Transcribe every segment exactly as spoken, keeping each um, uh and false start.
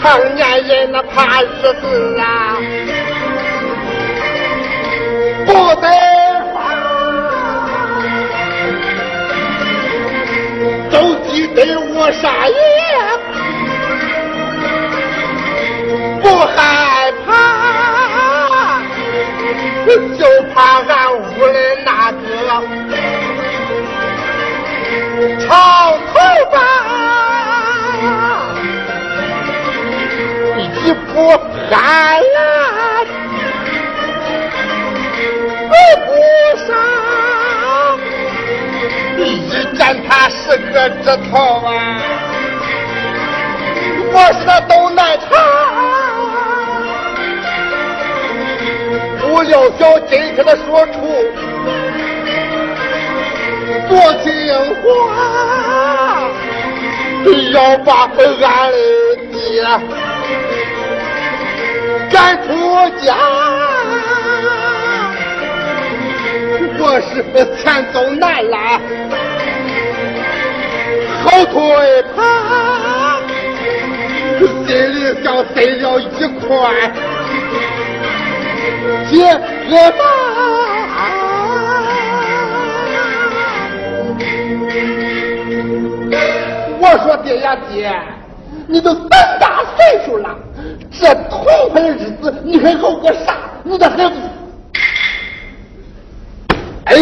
成年人那怕日子啊，不得法，都记得我啥也不害怕，就怕俺屋里那个长头发一不寒呀，二不伤，一见他是个指头啊，我说都难唱。不料小今天的说出多情话，要把俺的爹赶出家，我是前走难了，后退怕，心里像塞了一块铁疙瘩。我说爹呀爹，你都多大岁数了，这痛快的日子你还熬个啥？你的孩子，哎，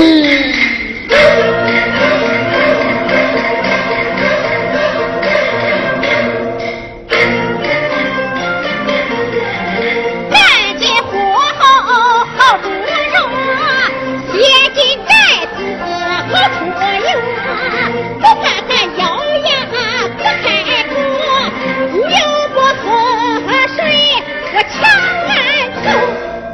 干尽火候好煮肉，写尽寨子好出油，不怕咱咬牙不开口，又不喝水我抢俺走。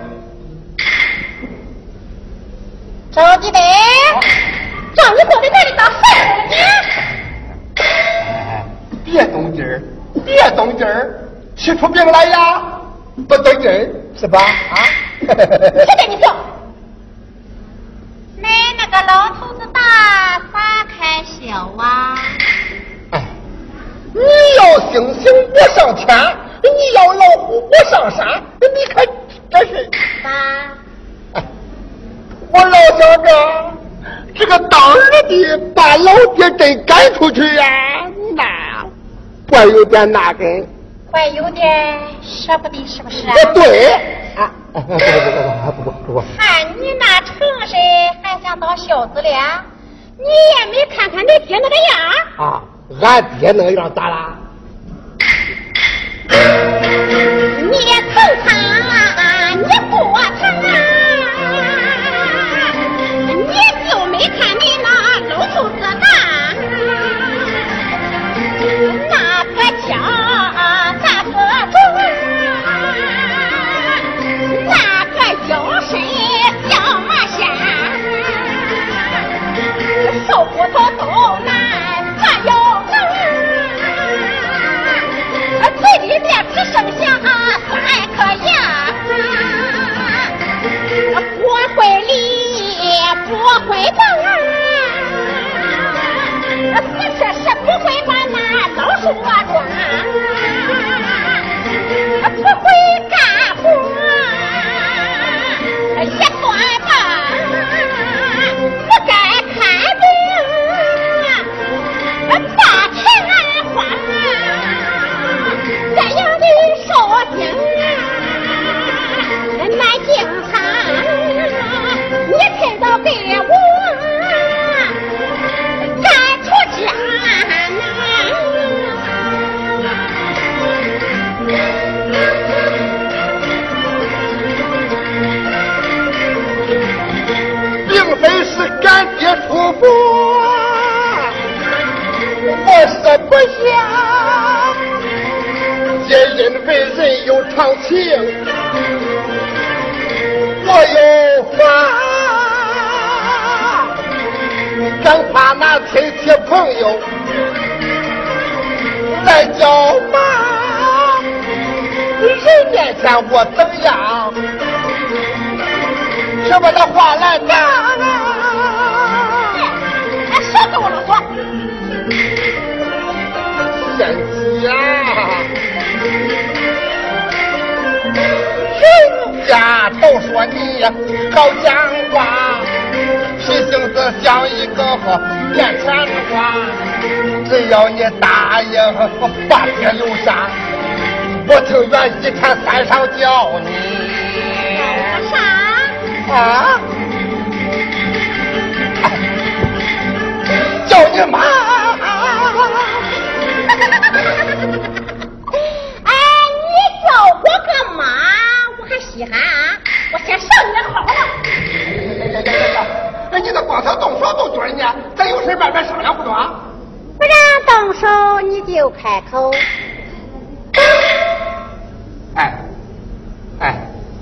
周记得让你坐在那里当饭呢？ 别动静儿，别动静儿，气出病来呀！不动静儿是吧？啊！ 谁跟你说？恁那个老头子大，咋开销啊？ 哎，你要星星我上天，你要老虎我上山，你看这是爸， 哎，我老想着这个当儿的把老爹真赶出去呀、啊，那怪有点那根， 怪有点舍不得，是不是啊？ 不对啊！不不不不不不不， 看你那成身，还想当孝子了？你也没看看你爹那个样啊！俺爹那个样咋啦？ 你头疼，你不疼啊？你就没看你那老头子大，那个脚那个重，那个腰身像马仙，瘦骨头都难转腰正，嘴里面只剩下三颗牙，不会理不会蹦，死吃是不会把那老鼠啊抓，不会干活也算吧，不该看病大钱花，这样的受惊难经常，你趁早给我赶出家并非是赶爹出府，我是不想，也因为人有常情，我有话，生怕那亲戚朋友来叫骂，人面前我怎样？什么的话来讲啊？ 说够了说。 贤妻啊！ 家都说你好讲话，皮性子像一个面前花，只要你答应把爹留下，我情愿一天三上叫你。 啥？ 啊？叫你妈！ 哎，你叫我个妈，我还稀罕啊！我先上你的号了。 哎，你这光想动手动嘴呢，咱有事慢慢商量不中？ 不让动手你就开口。 哎，哎，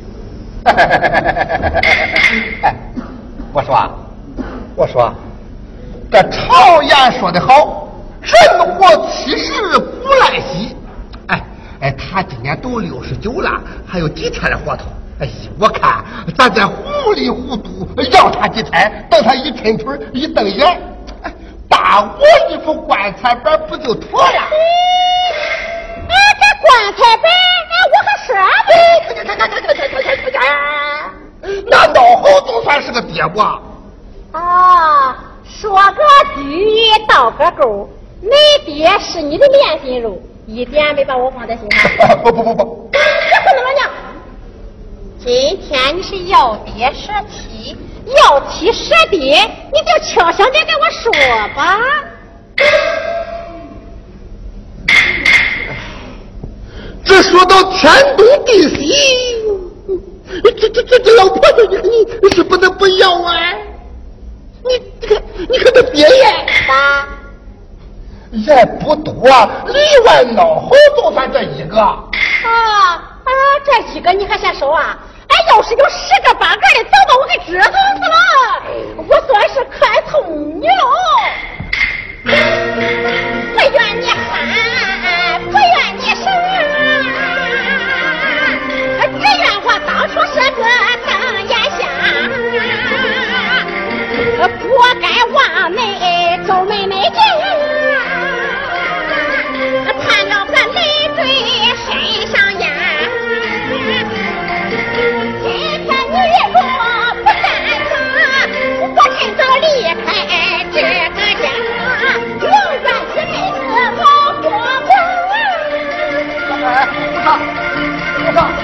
哎，我说，我说，这常言说得好，人活七十古来稀。哎哎，他今年都六十九了，还有几天的活头。哎，我看咱再糊里糊涂要他几天，等他一抻腿一瞪眼，哎，把我一副棺材板不就妥了？ 哎，这棺材板，哎，我还舍得。 看看看看看看看看看，那孬猴总算是个爹不？ 哦，说个句道个够，你爹是你的连心肉，一点没把我放在心上。 不不不不， 别混了娘！今天你是要爹舍妻，要妻舍爹，你就悄悄点跟我说吧。 这说到天东地西，这这这这老婆子，你你是不能不要啊！你你看你看他爹呀， 爸， 也不多，里外孬猴就算这一个。 啊啊，这一个你还嫌少啊？哎，要是有十个八个的，早把我给折腾死了。我算是看通你喽。不怨你憨，不怨你傻，只怨我当初是个当眼瞎，不该往内皱眉眉劲，盼着个累赘身上压。今天你若不赞成，我趁早离开这个家，永远一辈子好过过。 哎，我看，我看。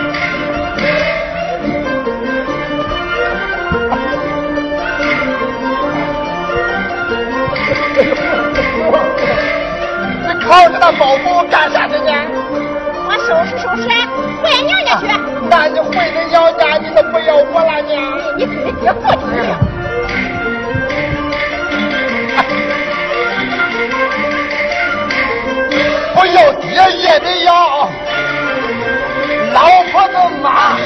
你扛着那包袱干啥去呢？ 我收拾收拾，回娘家去。 那你回你娘家，你都不要我了呢？ 你跟你爹过去了。 不要爹也得要老婆的妈。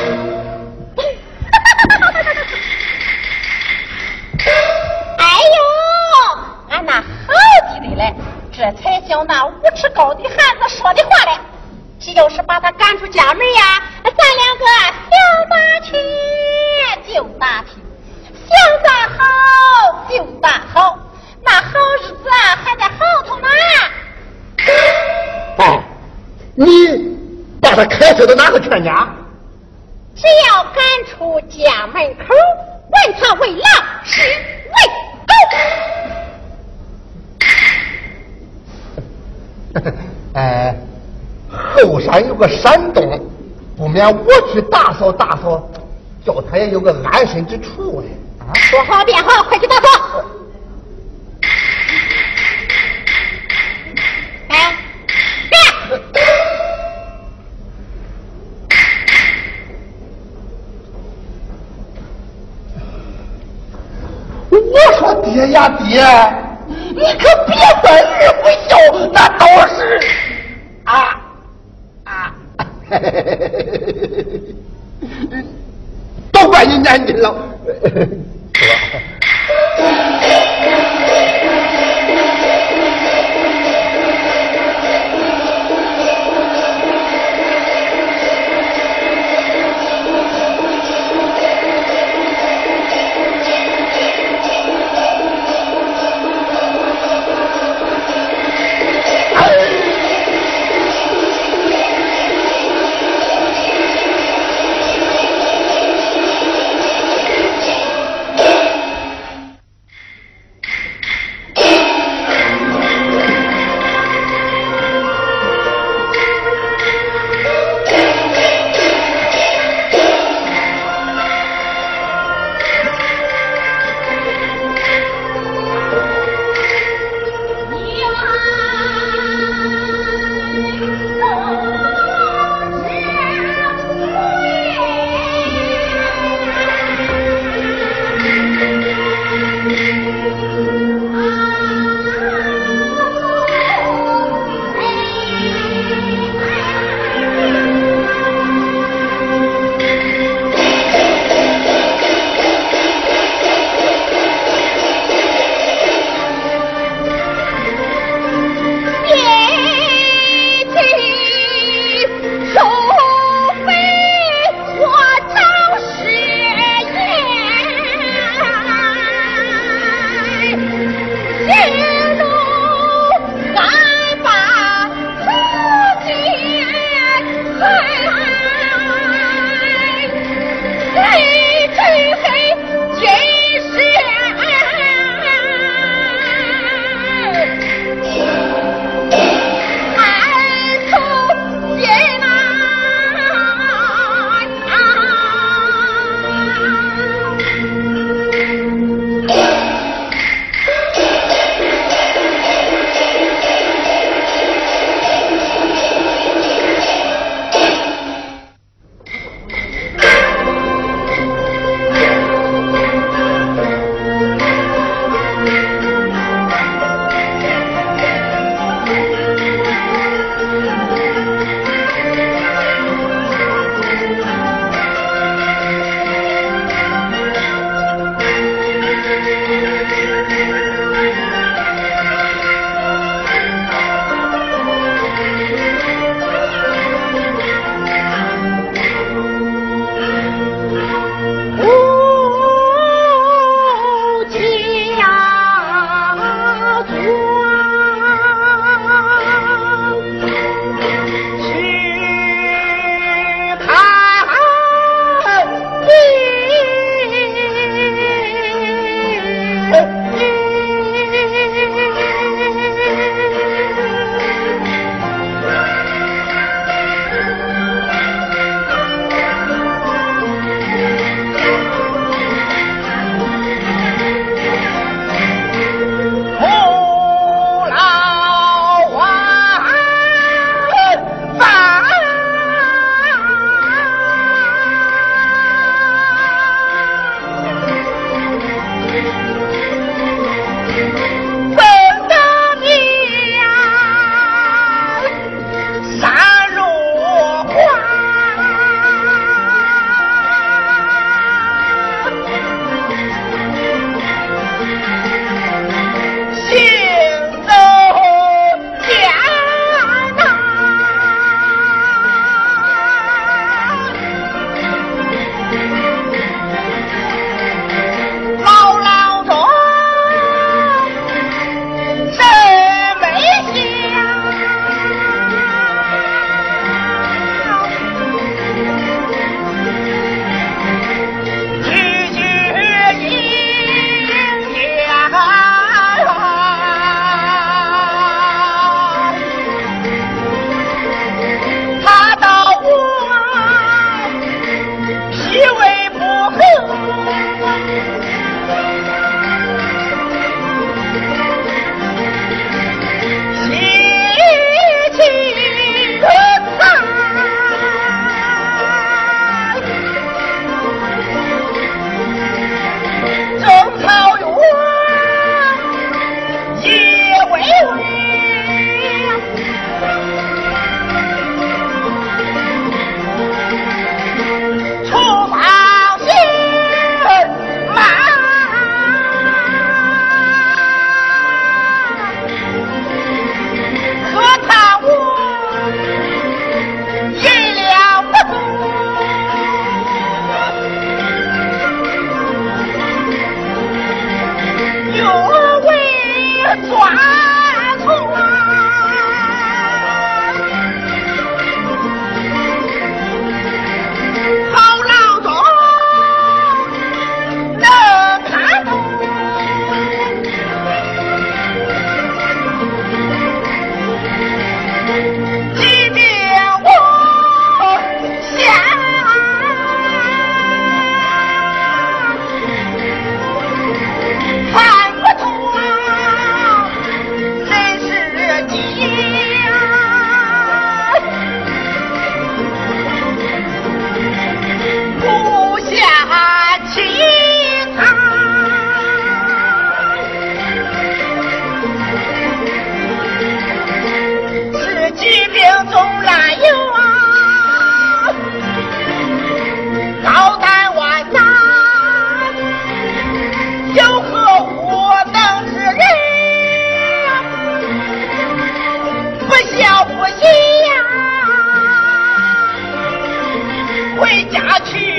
哎呦，俺那好极的嘞，这才像那五尺高的汉子说的话嘞。只要是把他赶出家门呀，咱两个想打起就打起，想咋好就咋好，那好日子还在后头呢。 哎，你把他开车的哪个全家？ 只要赶出家门口，问他为狼是为狗。 哎，后山有个山洞，不免我去打扫打扫，叫他也有个安身之处哎。啊， 说好便好，快去打扫。哎，别！ 我说爹呀爹，你可别怪儿不孝，那都是啊啊，都怪你年纪老。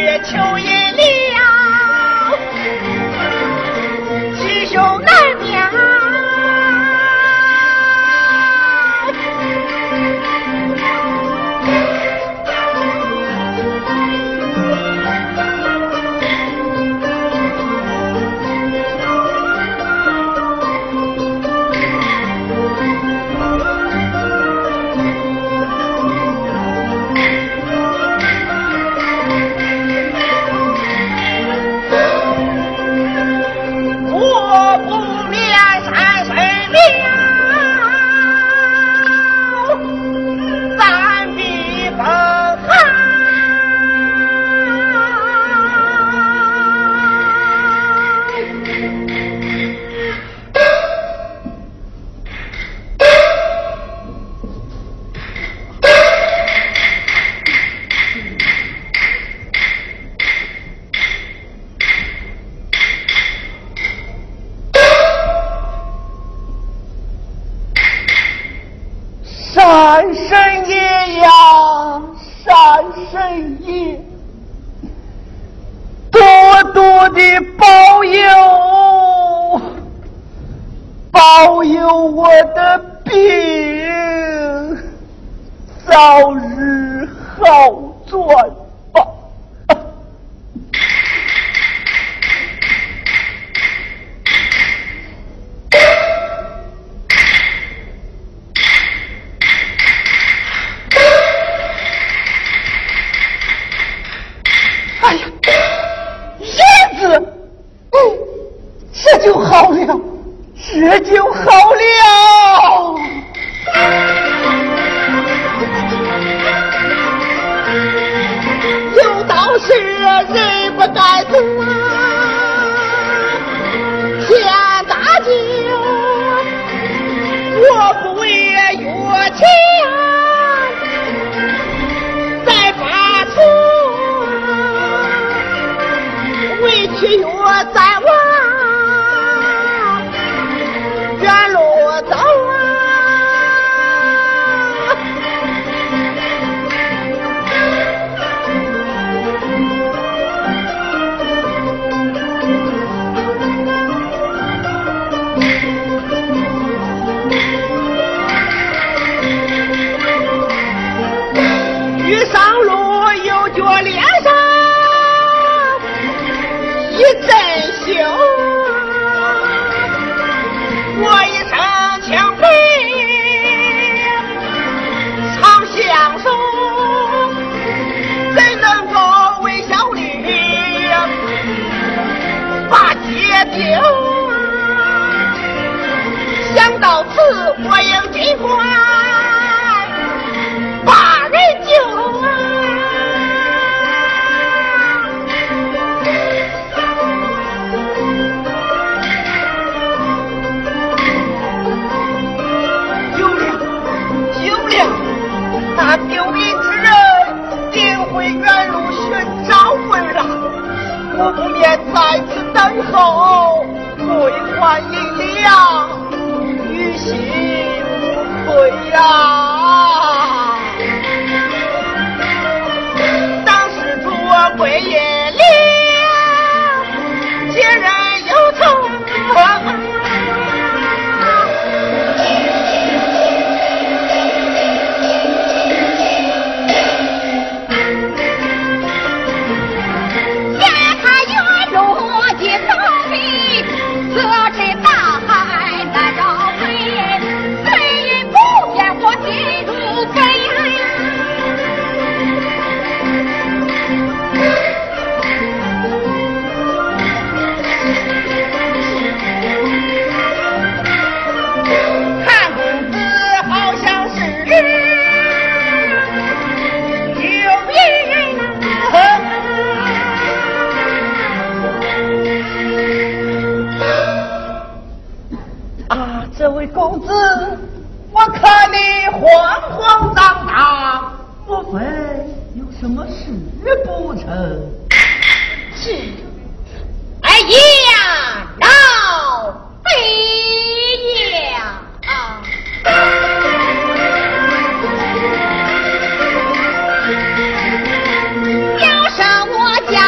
月求引了，吉凶难免。 山神爷呀，山神爷，多多的保佑，保佑我的病早日好转吧。哎呀，叶子，嗯，这就好了，这就好了。 有道是人不该做天大酒，我不为月钱再发愁，委屈月在望远路走啊。遇上路有脚脸上一阵羞，我一生情悲常相守，怎能够为小女把姐丢？想到此，我应尽快把人救啊！救了，救了！那丢命之人定会远路寻找回来，我不免在此等候，归还银两，于心不悔呀！归也了，皆人有仇。 眼看远路的走飞，责之大海难绕回，虽因不言我心如飞。 这位公子，我看你慌慌张张，莫非有什么事不成？ 是，哎呀，老飞呀！啊！要上我家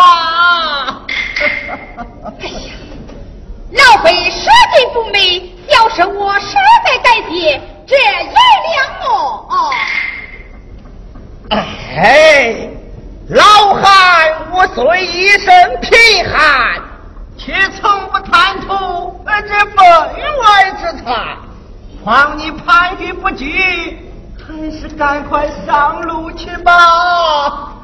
吧。 哎呀，老辈说的不美，要是我实在改邪，这原谅我哦。 哎，老汉我虽一身贫寒，却从不贪图这分外之财，况你盼雨不惧，还是赶快上路去吧。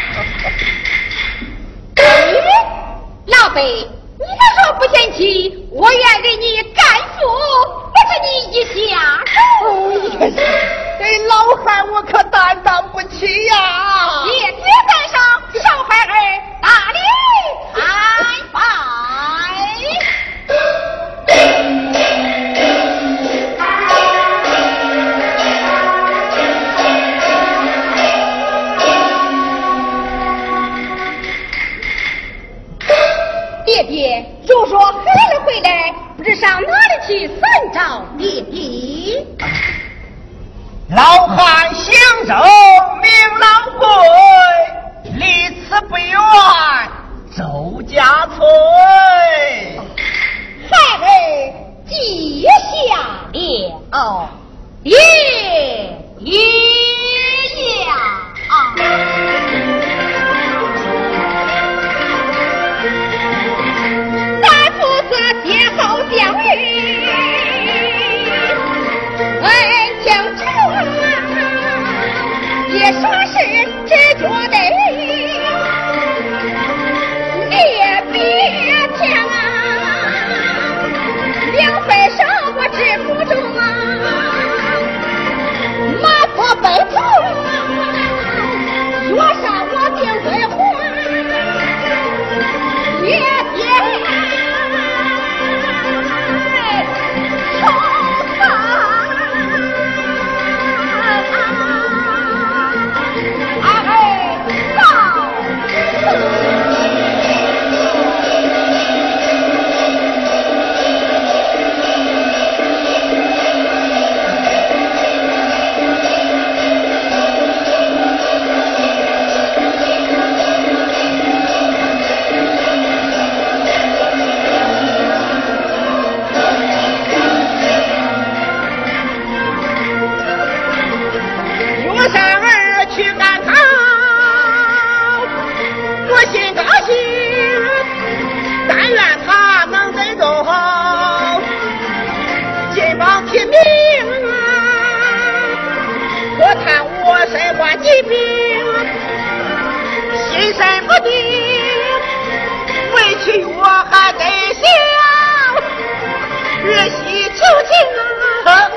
哎，老辈，你这说不嫌弃，我愿给你干父，不是你一下手。 这老汉我可担当不起呀、啊！ 叶子在上，少孩儿大礼开拜。爹爹，就说孩儿回来，不知上哪里去三找爹爹。 老汉行走名老贵，离此不远周家村。 孩儿记下了，爹爷呀！咱父子结好相遇，恩情之也说是只觉得你也别听啊，两分手我止不住啊，马坡奔头说上我定会还，爹爹受他疾病心神不定，委屈我还得想日夕求情啊！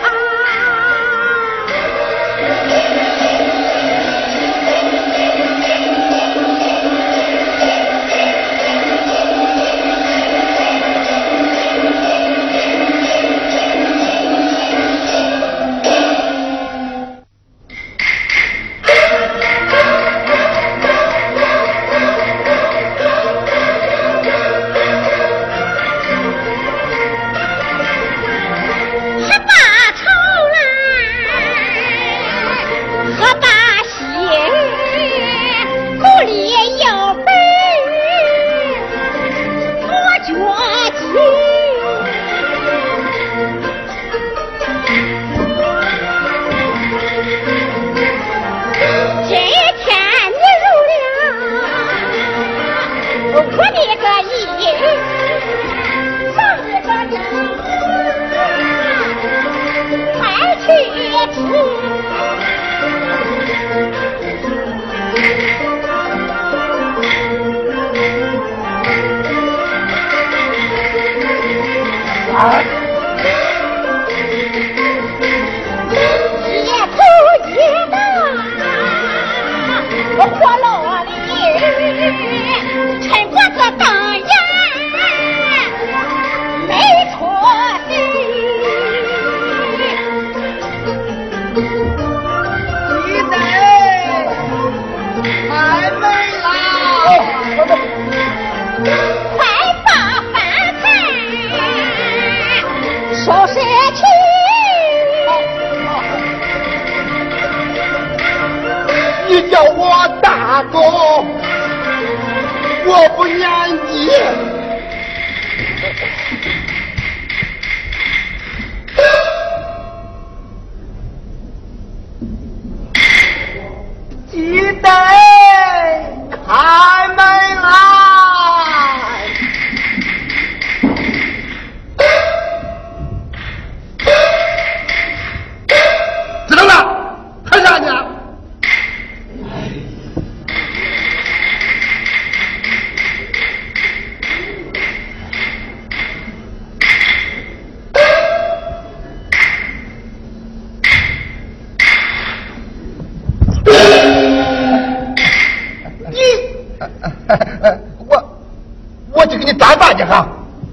快把饭菜再不念你。 鸡蛋开门来！ 知道了，看啥呢？我我就给你端饭去哈。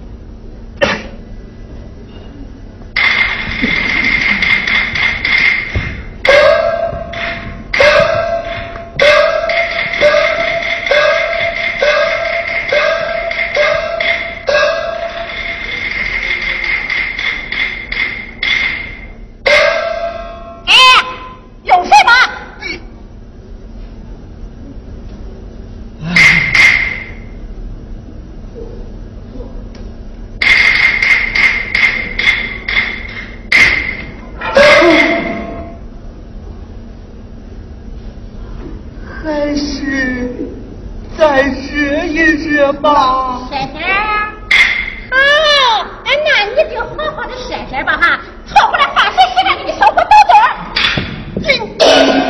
还是再热一热吧。 婶婶，好，哎，那你就好好的婶婶吧哈，错过来放谁谁让你的生活豆豆。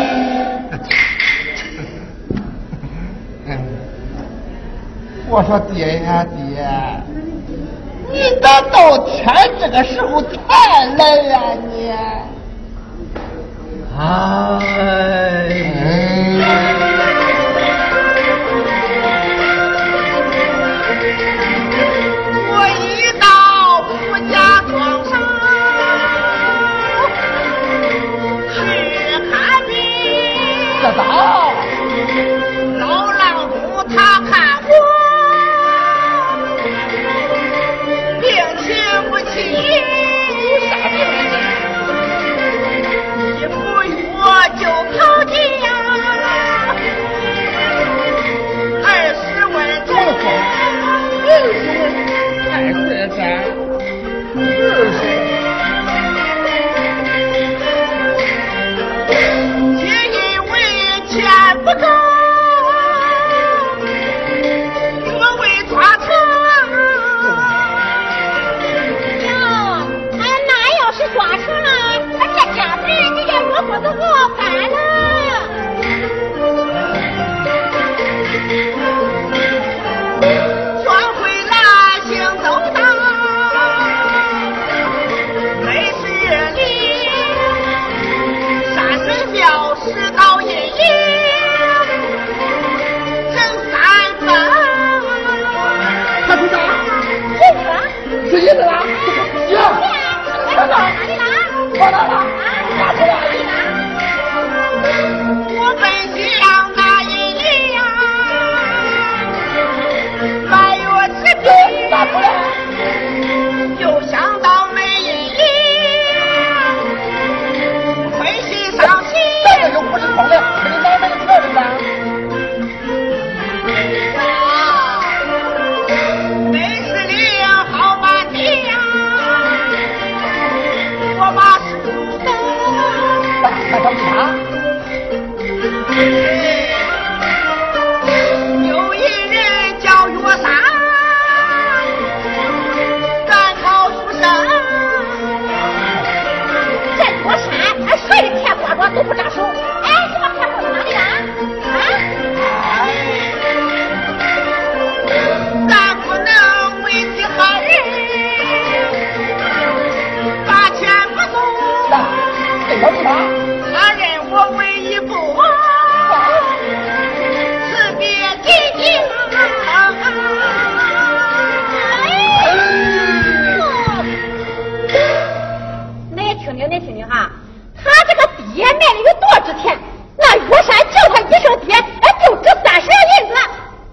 嗯，我说爹呀爹，你咋到天这个时候才来呀你？ 哎。我一到夫家庄上去看病， 这咋？ 老郎中他看我病情不起， 啥病啊？ 一服药就跑家，二十文钟， 二十文，太贵噻，二十。 皆因为钱不够，我为抓成。 哟，哎，那要是抓成了，那这家门你也落伙子熬翻了。 转回来行走道，没事里山水庙石道阴影，整三分。 看出啥？ 银子， 是银子啦？行， 看到哪里了？ 放哪了？拿出来。 我本想拿银两买药治病， 拿出来。 又想到没银两，亏心伤心。 这个又不是空的，给你买那个车子噻。 没事里好半天呀，我把书读。 那什么啥？ 有一人叫岳三，赶考出身。 这座山，哎，谁的田瓜庄都不扎手。哎，这把田瓜到哪里了？啊？ 咱不能为其害人，把钱不送。 这叫啥？ 他认我为一步，辞别仅仅。 恁也听听，恁听听哈，他这个爹卖的有多值钱？那岳山叫他一声爹，哎，就值三十两银子。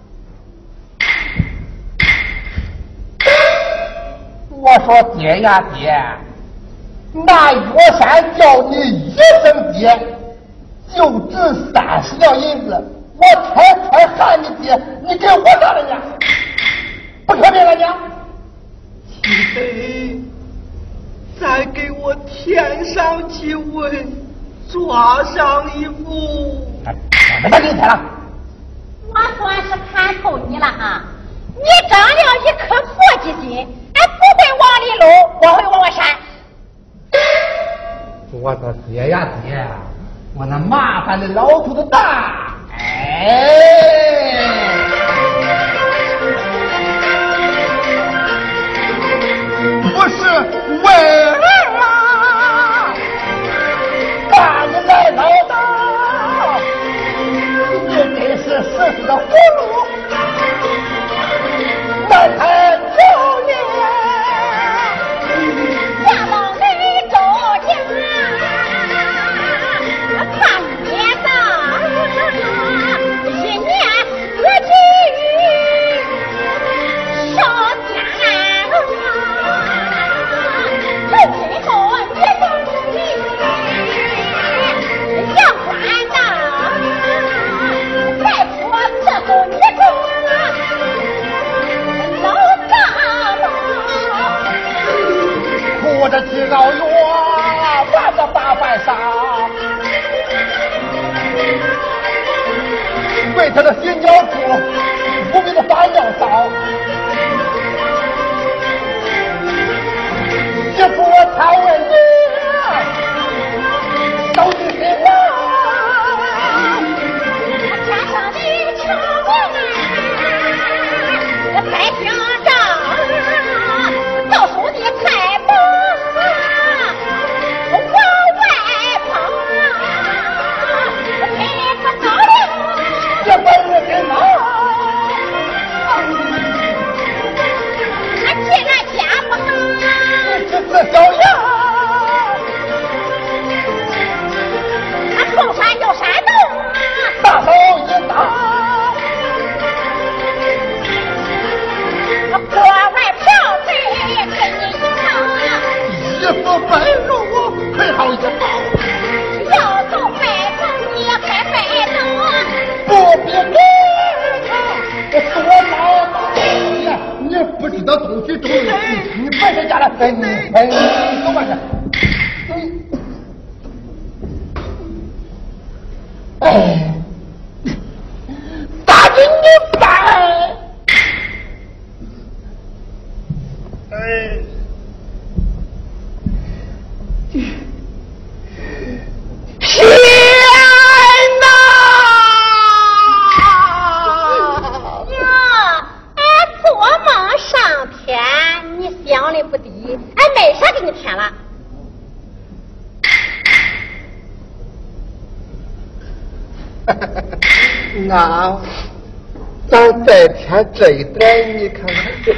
我说爹呀爹，那岳山叫你一声爹，就值三十两银子，我猜还喊你爹，你给我啥了呢？不可别了呢？ 岂得再给我添上几位，抓上一副？ 没再给你添了。 我算是看透你了啊！你长了一颗簸箕心，哎，不会往里搂，我会往外闪。 我的爹呀爹，我那麻烦的老头子大，哎，不是为儿啊，把你来唠叨，你真是死死的葫芦，难抬头脸。 家往内走家，看别的，一年四季少家，从今后你等你阳关的，再说伺候你中老大了。 哭着去熬药，玩着大白鲨，为他的新娘子不必的发尿骚，媳妇我才问你，到底谁呢？ 加上你瞧我再想着到手的菜包往外跑，赔不着了。 这本是真忙。 既然家不好， 这这小样， 后山有山洞， 大手一打。 国外嫖费给你一套， 衣服白肉我配好一包， 要走白走你还白走。 不必给他多老道呀！你不知道东西中你你别在家了，哎你哎你走吧去。哎，打给你办。 哎， 天哪！ 呀，哎，做梦上天，你想的不低，哎，没啥给你添了。 那咱再添这一点，你看看这。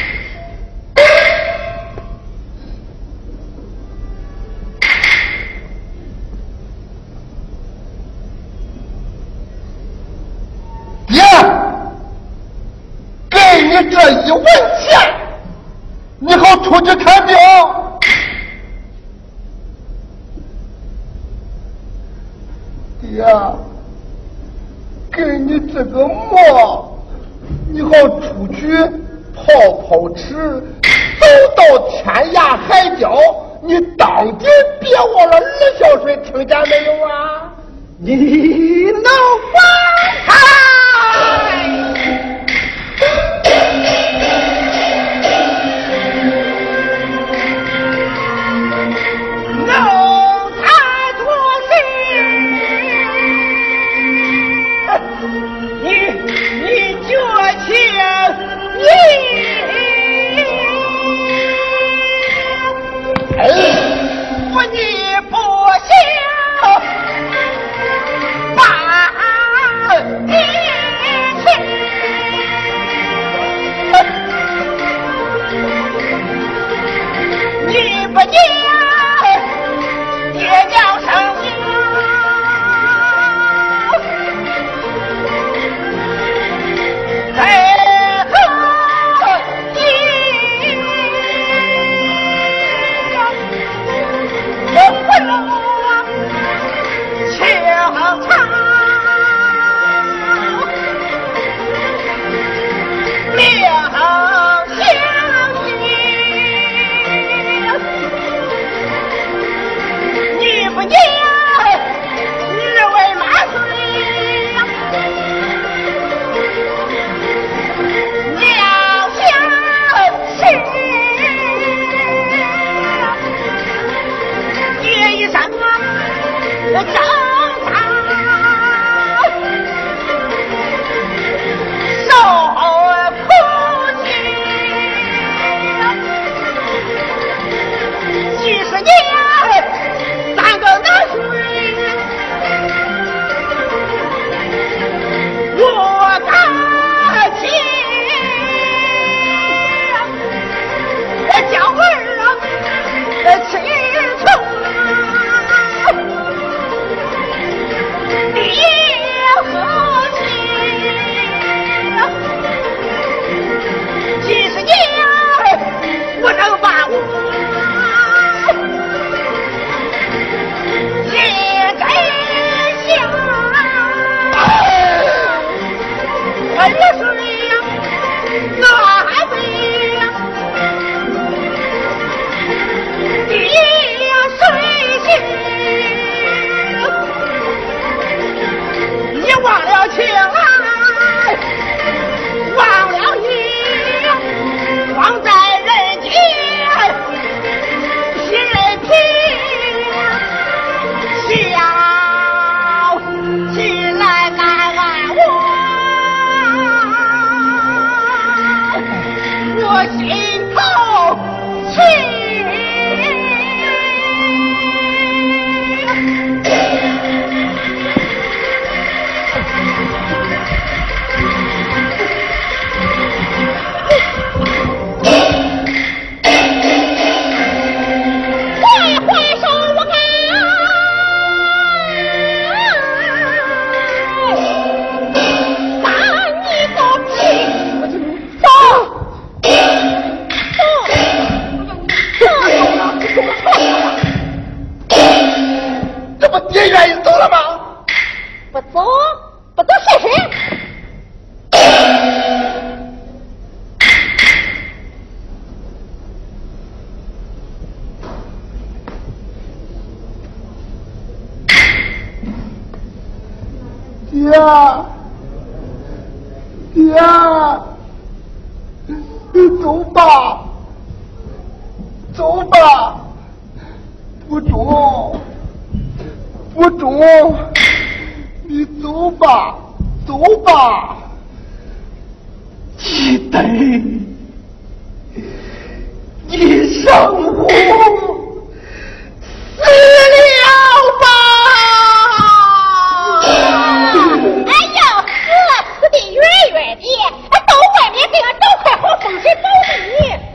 爹，给你这一文钱，你好出去看病。爹，给你这个馍，你好出去泡泡池，走到天涯海角，你当爹别忘了二小水，听见没有啊？你能还他？ 我你不行，把你你不讲，爹娘生气。哎。 爹，走吧，走吧，不中，不中，你走吧，走吧， 你得，你生我死了吧！ 哎，要死死得远远的，到外面给俺找块好风水宝地。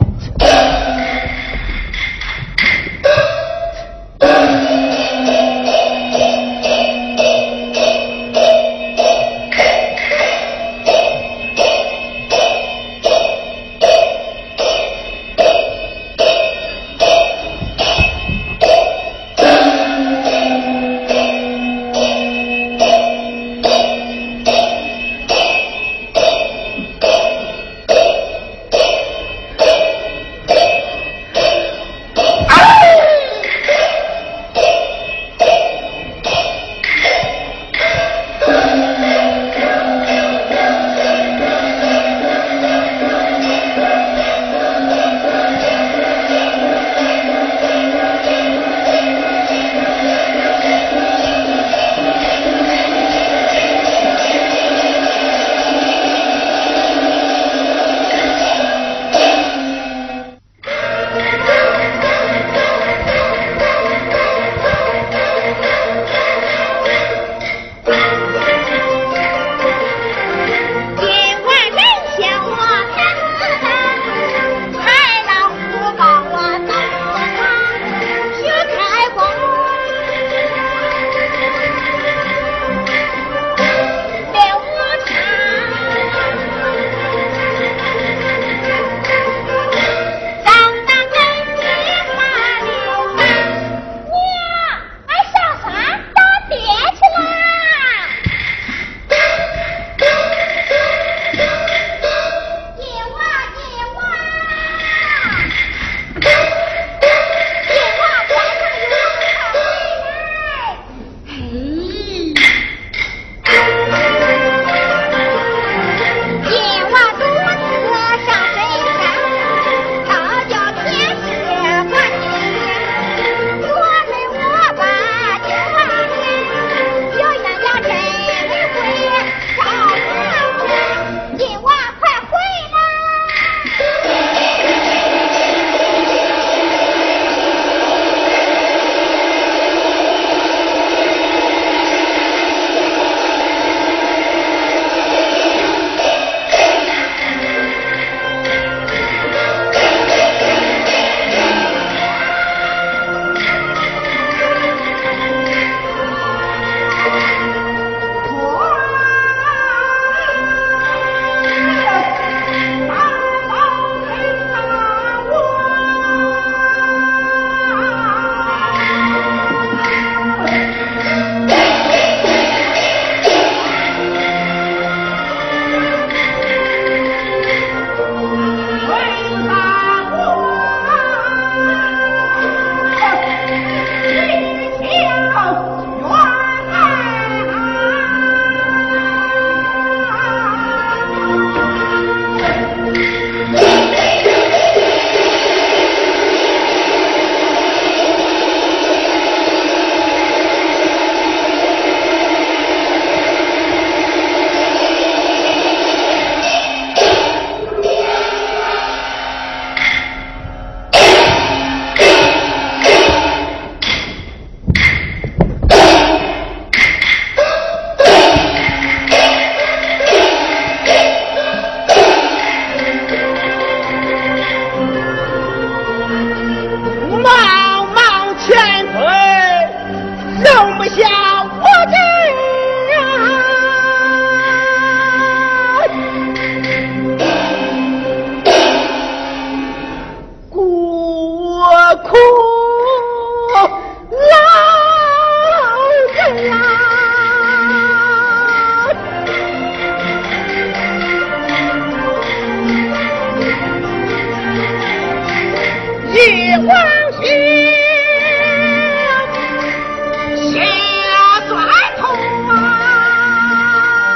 下断头啊！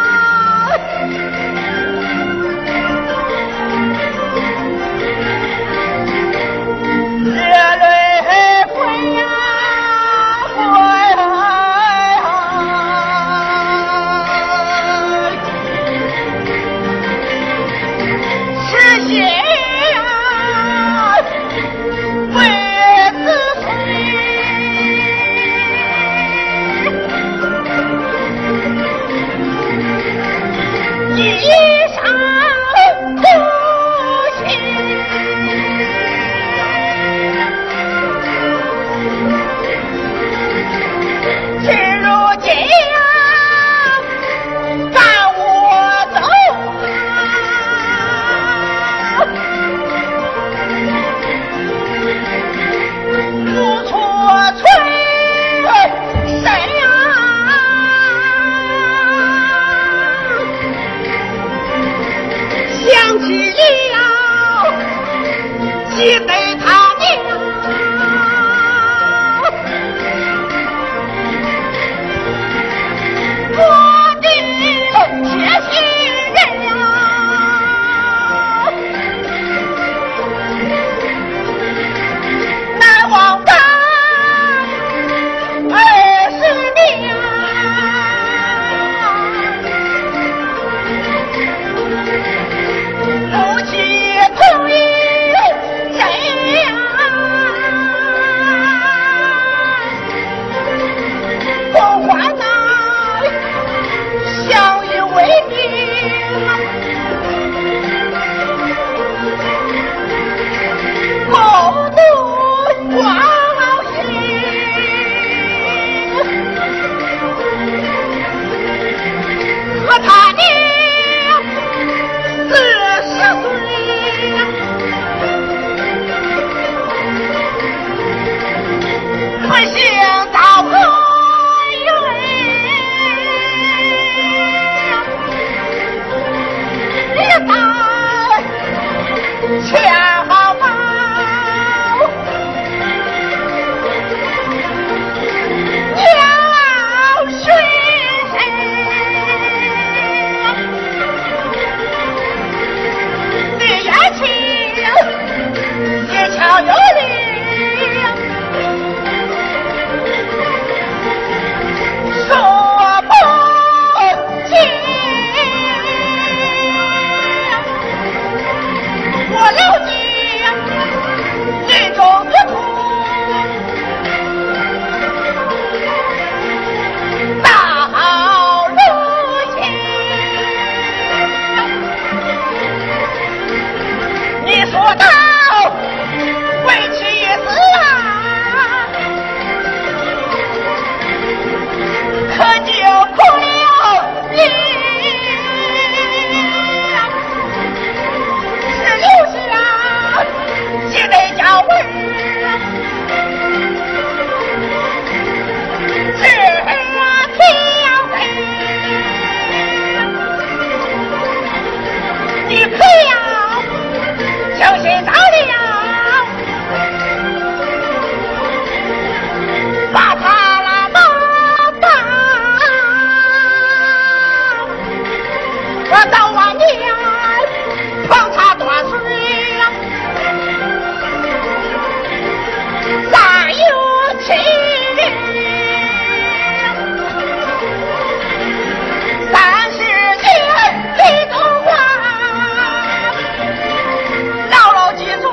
几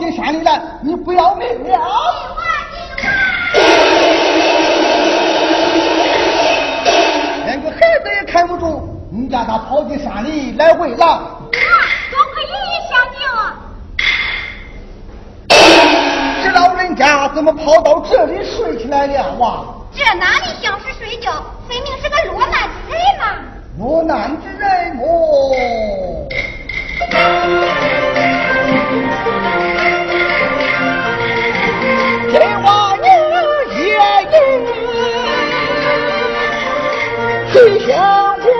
进山里来，你不要命了！连个孩子也看不住，你让他跑进山里来喂狼。 我多亏你相救。 这老人家怎么跑到这里睡起来了哇？ 这哪里像是睡觉，分明是个落难之人嘛！ 落难之人哦。这娃娘爷爷最想我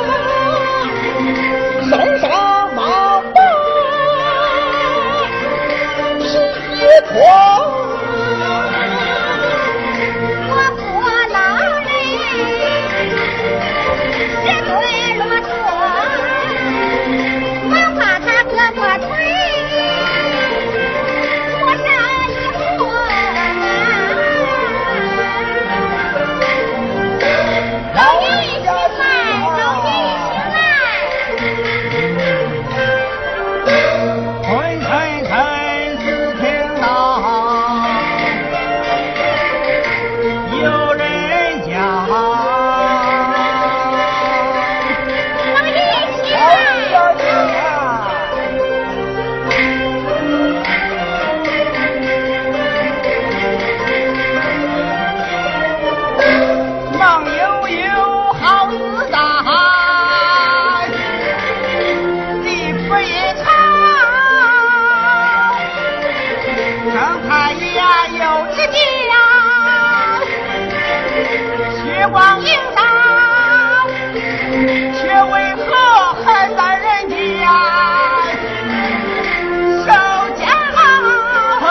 身上毛发皮一脱。 光迎道，却为何还在人间受煎熬？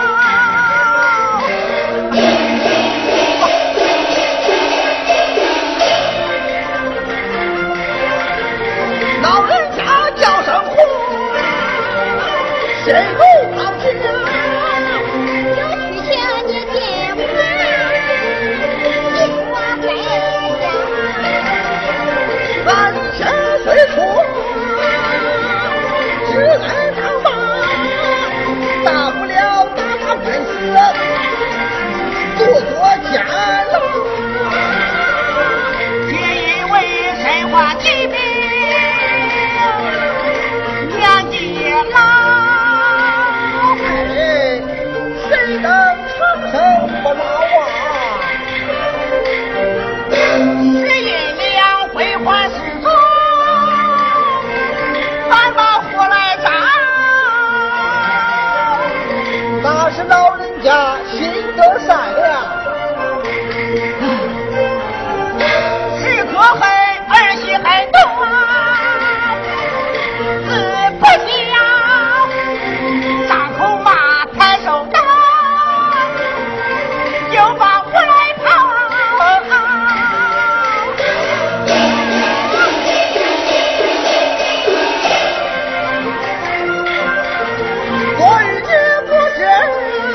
老人家叫声呼，谁不高兴？家心得善良，是可恨儿媳还多，自不孝，张口骂太受刀，又把我来跑。我日子不知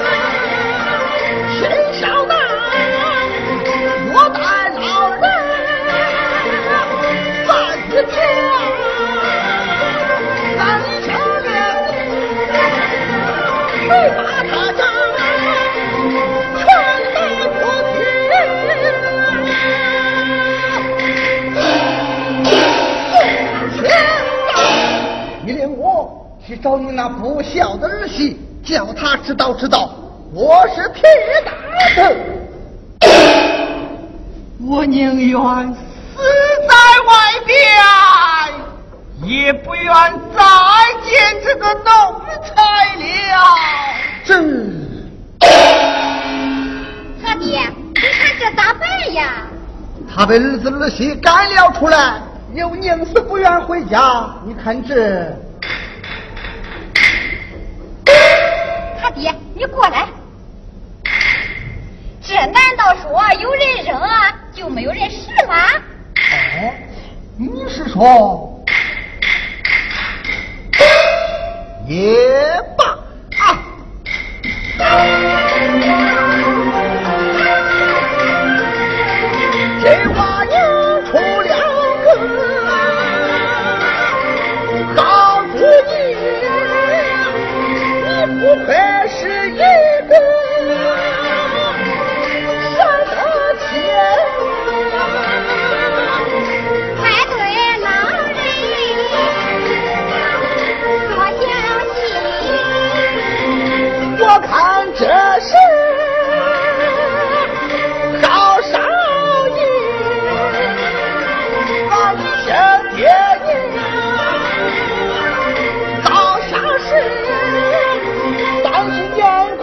去找你那不孝的儿媳，叫他知道知道我是铁打的。我宁愿死在外边，也不愿再见这个奴才了。这他爹，你看这咋办呀？ 他被儿子儿媳赶了出来，又宁死不愿回家，你看这。 他爹，你过来。这难道说有人扔啊，就没有人拾吗？ 哦，你是说也罢啊。这娃娘出了个好主意，你不会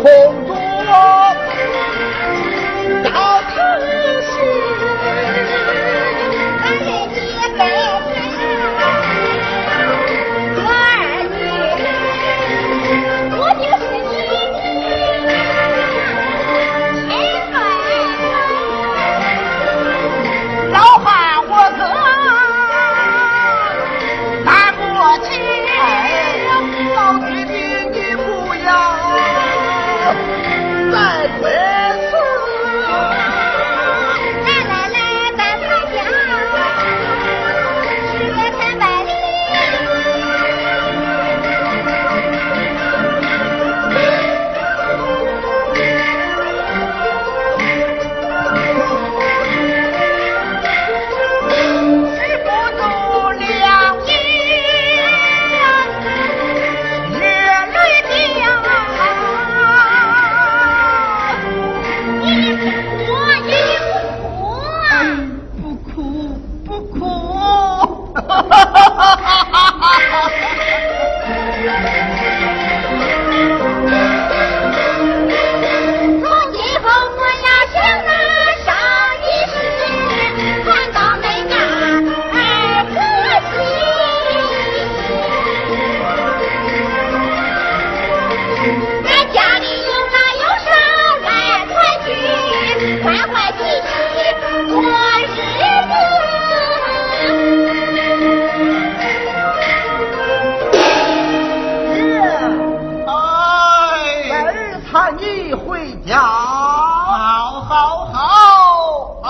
空中到头是俺认你白天我儿女，我就是你的亲孙老汉我哥难过情，老弟弟你不要再亏死。 来来来，咱参加十月参百里。 止不住良医热泪掉， 你我也不哭啊！ 不哭不哭。 从今后我要想那上一世，看到那个儿子妻。俺家里有那有少来团聚，欢欢喜喜过日子。 哎，儿搀你回家。好好好啊！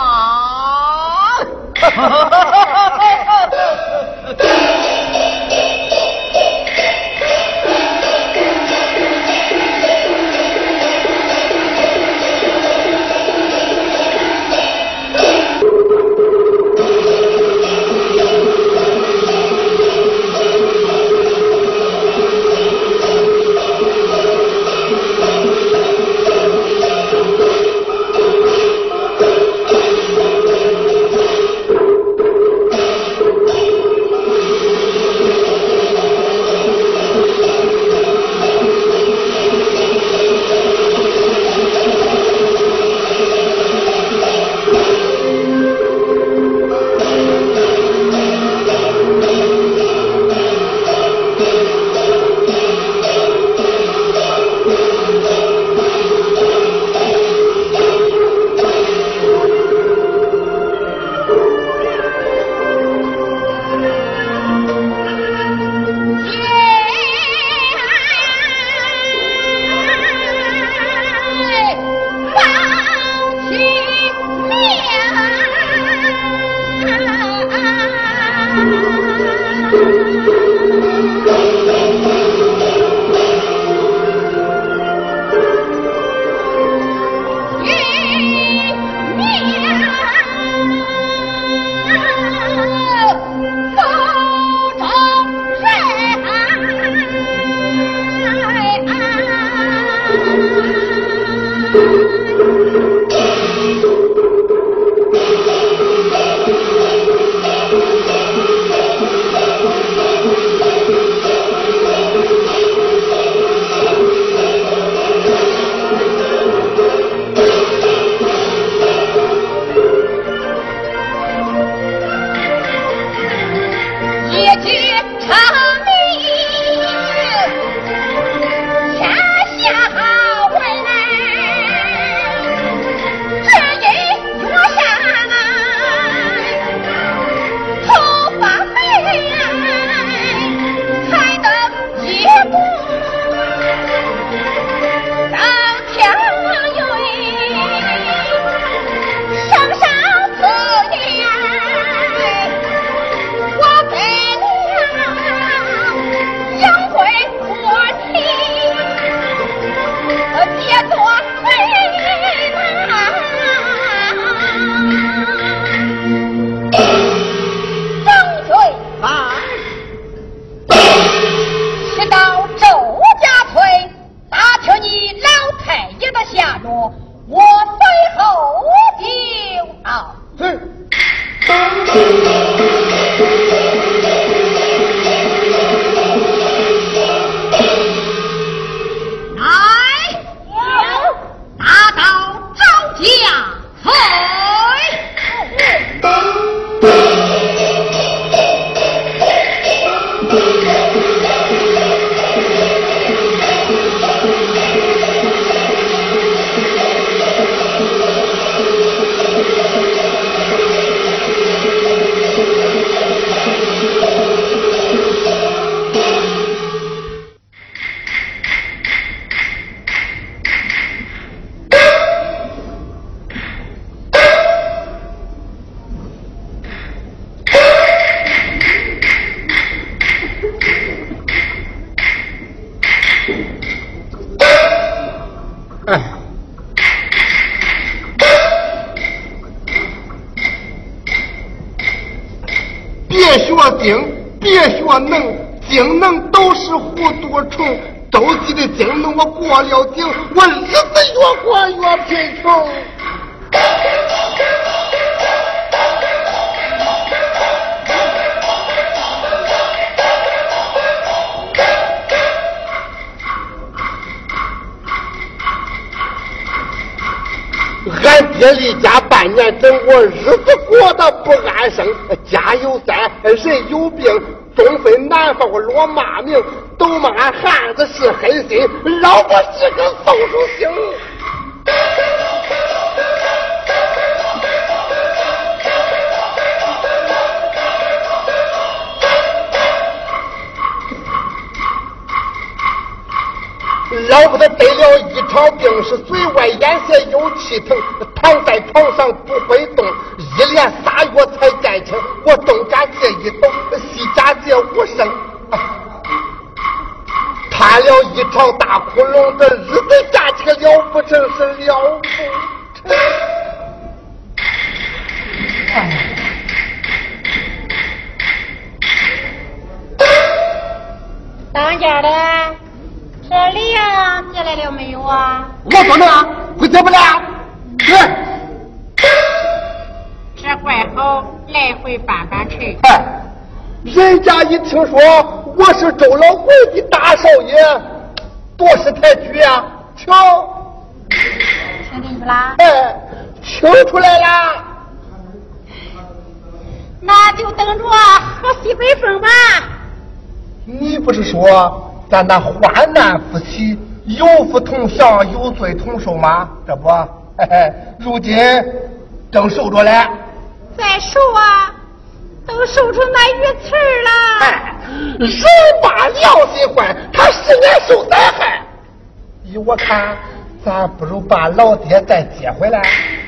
哎，别学精，别学能，精能都是糊涂虫。周记的精能我过了精，我日子越过越贫穷。俺爹离家半年整，我日子过得不安生。家有灾，人有病，总分南方落骂名，都骂俺汉子是黑心，老婆是个松鼠星。老婆子得了一场病，是嘴外眼斜有气疼，躺在床上不会动，一连仨月才见清。我东家界一抖，西家界无声，塌了一场大窟窿，这日子下去了不成是了不成。哎， 当家的。这粮接来了没有啊？ 我说呢，会接不了。对， 这怪好，来回搬搬车。 哎，人家一听说我是周老贵的大少爷，多识抬举呀！请， 请进去啦。 哎，请出来啦。 那就等着喝西北风吧。 你不是说？咱那患难夫妻有福同享，有罪同受吗？这不，嘿嘿，如今正受着嘞。 再受啊，都受出那鱼刺儿了。 哎，人把良心坏，他十年受灾害。依我看，咱不如把老爹再接回来。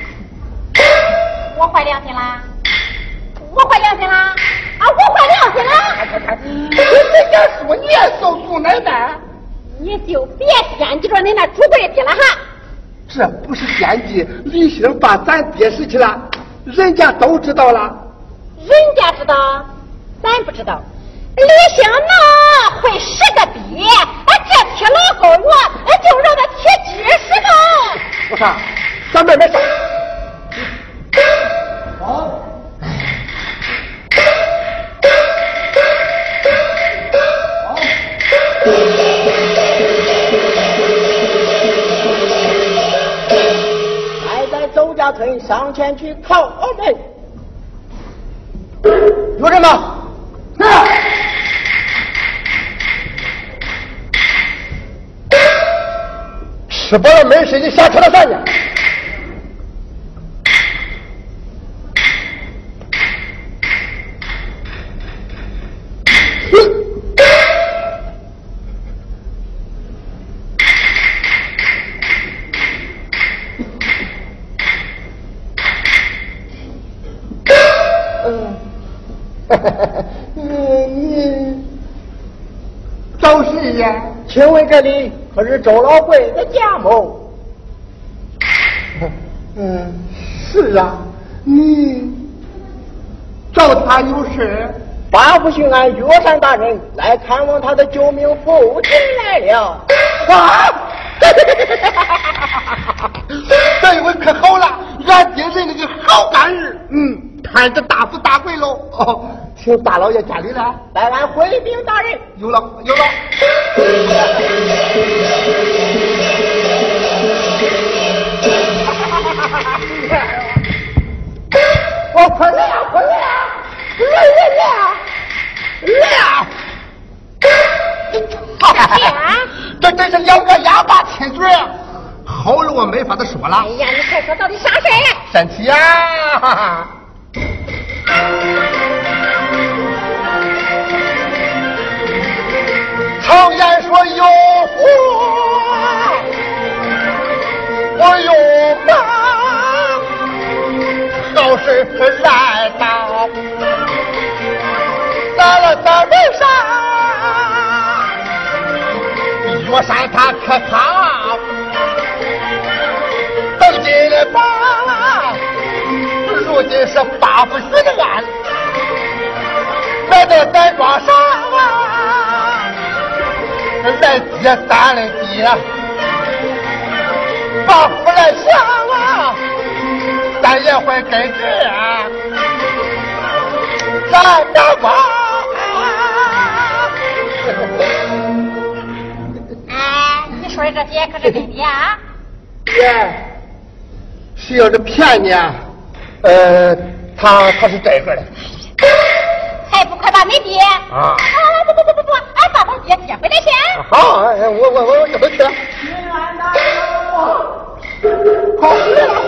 我坏良心啦！我坏良心啦！啊，我坏良心啦！ 看看看，人家说你也受祖奶奶， 你就别惦记着你那祖辈的了哈。 这不是惦记，李兴把咱爹拾起了，人家都知道了。 人家知道，咱不知道。李兴呢会拾个鳖，啊，这铁老狗肉，啊，就让他铁鸡拾到。 我看，咱妹妹上。好。 还在周家村上前去叩门。 有人吗？吃饱了没事，你下车了干去。你你找谁呀？ 请问这里可是周老贵的家吗？ 嗯，是啊，你找他有事？ 八府巡按岳山大人来看望他的救命父亲来了。 啊！这回可好了，俺爹认了个好干儿，嗯，摊着大富大贵喽。哦，请大老爷家里来， 来俺回禀大人。 有了有了。我快来呀，快来呀！来来来来！这真是两个哑巴亲嘴啊！好了，我没法子说了。 哎呀，你快说到底啥事儿？ 神奇呀！哈哈。常言说有福我有忙，好事来到咱了咱门上， 岳山他可扛，登进了榜，如今是八府巡按，来到咱庄上啊，来接咱的爹，八府来想啊，咱也会跟着咱的吧。 哎，你说的这些可是真的啊？ 爹，谁要是骗你啊？呃，他他是这个的。 还不快把你爹啊！ 不不不不不，俺把我爹接回来先。 好，哎，我我我我就去。好，来了。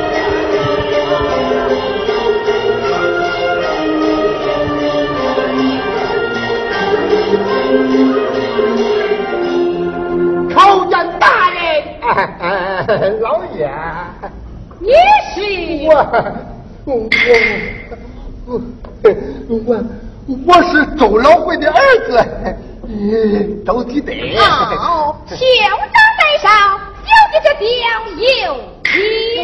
朝见大人，哎哎，老爷。 你是我我我我我是周老贵的儿子，嗯，周继德。 哦，兄长在上，小弟这定有礼。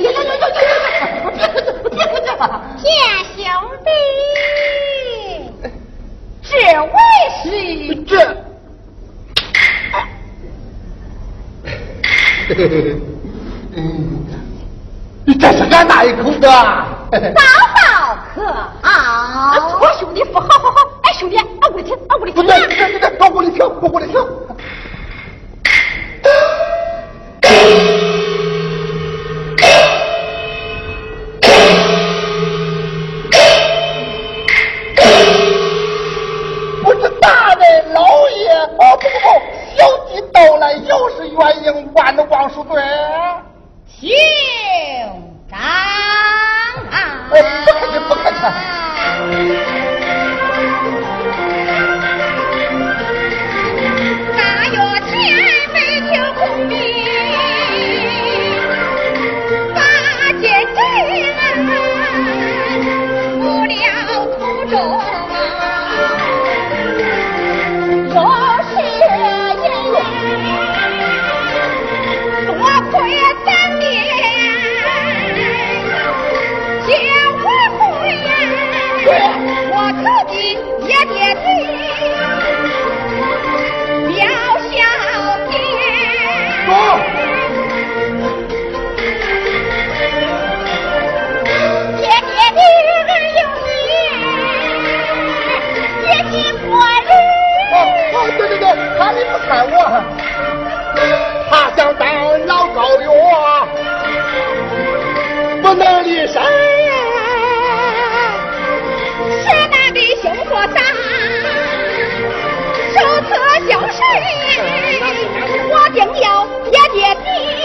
见兄弟，这位是这。嗯，这是俺那一口子。 早好可好？我兄弟夫，好好好，哎兄弟，俺屋里听，俺屋里听。 不对，对对对，到屋里听，到屋里听。不是大人老爷，哦不不不，小弟到来又是元英万的王叔队。 兄长啊！ 哎，不客气，不客气。 大约前没听孔明，八戒真不了途中，若是因多亏咱爹结婚婚呀，我自己也得替表小弟。爹爹的有你，爹亲过日。 哦哦，对对对，他你不看我，他想当老高勇，不能离身。 是那的兄所长，手册小事，我定要爹爹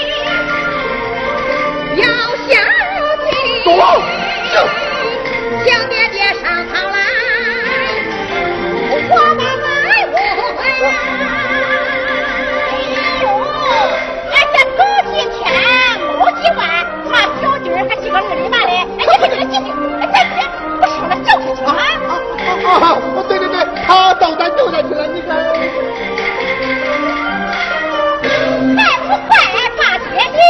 的要小弟。 走， 向爹爹上朝来，我们来我呀！哎呦，俺这走几千，摸几万，那小军还是个二里八的，哎，你快点进去，再去，我说了叫出去啊！ 啊，对对对，他到咱周家去了，你看。 还不快把爹爹，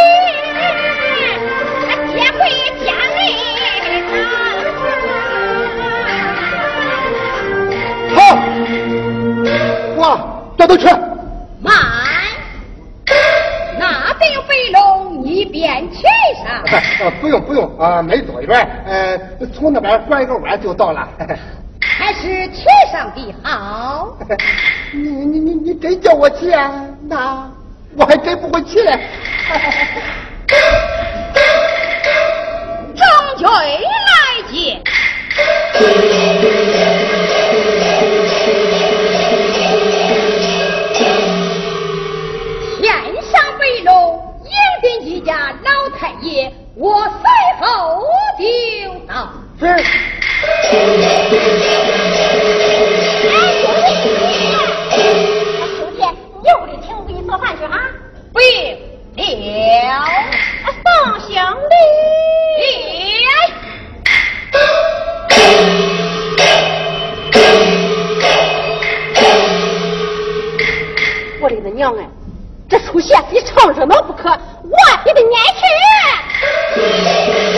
他接回家里头。好，我这都去。 慢，那顶飞龙你便骑上。 呃，不用不用啊，没多远，呃，从那边拐个弯就到了。 还是骑上的好。 你你你你真叫我骑啊？那我还真不会骑嘞。 张军来接。天上飞龙，迎宾一家老太爷，我随后就到。 是。 哎，兄弟，你屋里请我给你做饭去啊？不了，送兄弟。 我的个娘哎！ 这出戏非唱热闹不可，我也得撵去。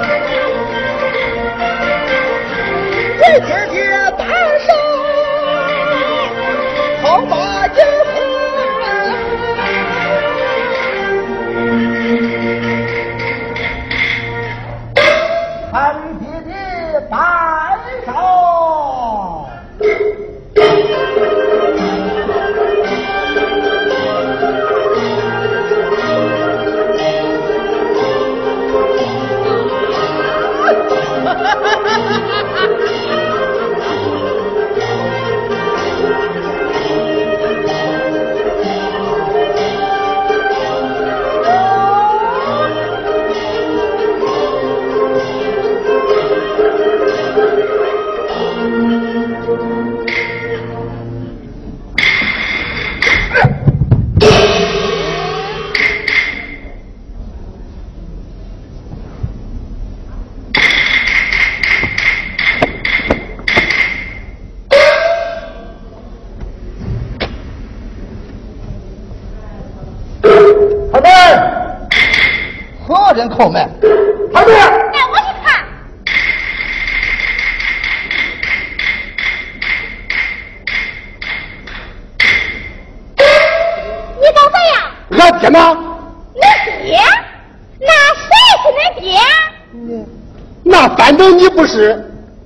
今天大圣摆手。 何人叩门？ 旁边，带我去看。你找谁呀？ 我爹吗？ 你爹？那谁是你爹？ 那反正你不是。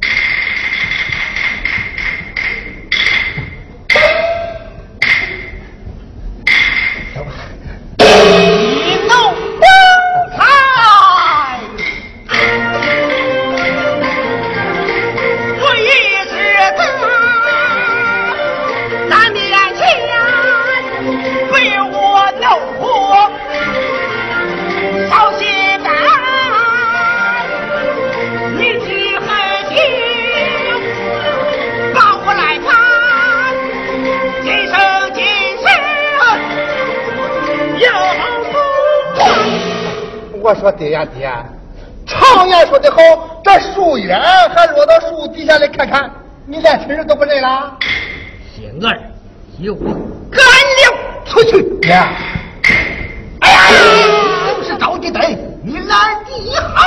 我说爹呀爹，常言说的好，这树冤还落到树底下来看看，你连亲人都不认了。 仙儿，有干了， 出去！爹， 哎呀，都是着急的，你来的好。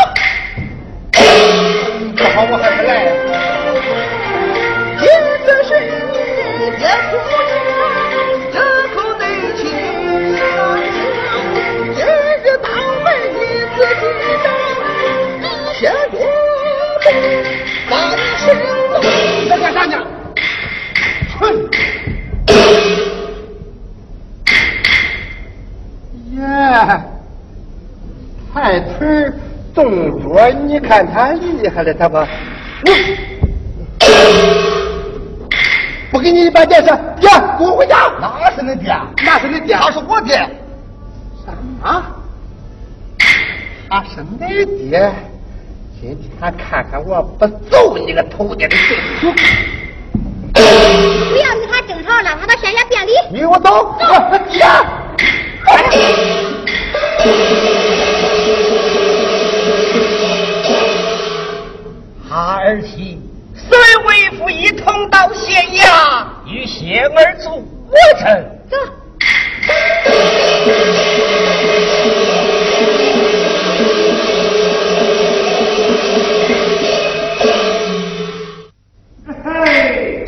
不好，我还不来。 今日是你爹父子，这口内情今日当为你自己的先多万事你在干啥呢？哼！耶，太腿动作，你看他厉害了，他不？不给你办件事，爹，给我回家。 那是你爹， 那是你爹， 他是我爹。 啊？他是你爹？今天看看我不揍你个头爹的罪！ 不要与他争吵了，让他先下便礼。 你给我走！走，爹！ 哈儿媳，随为父一同到县衙，与谢儿做我臣。 走。 嘿，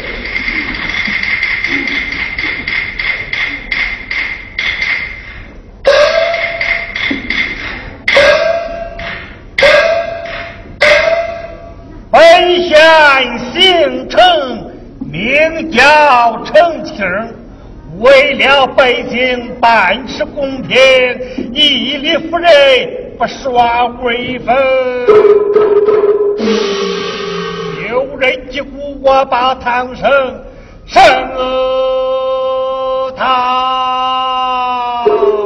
本县姓程，名叫程庆，为了百姓办事公平，一理服人，不耍威风。有人击鼓，我把唐僧升堂。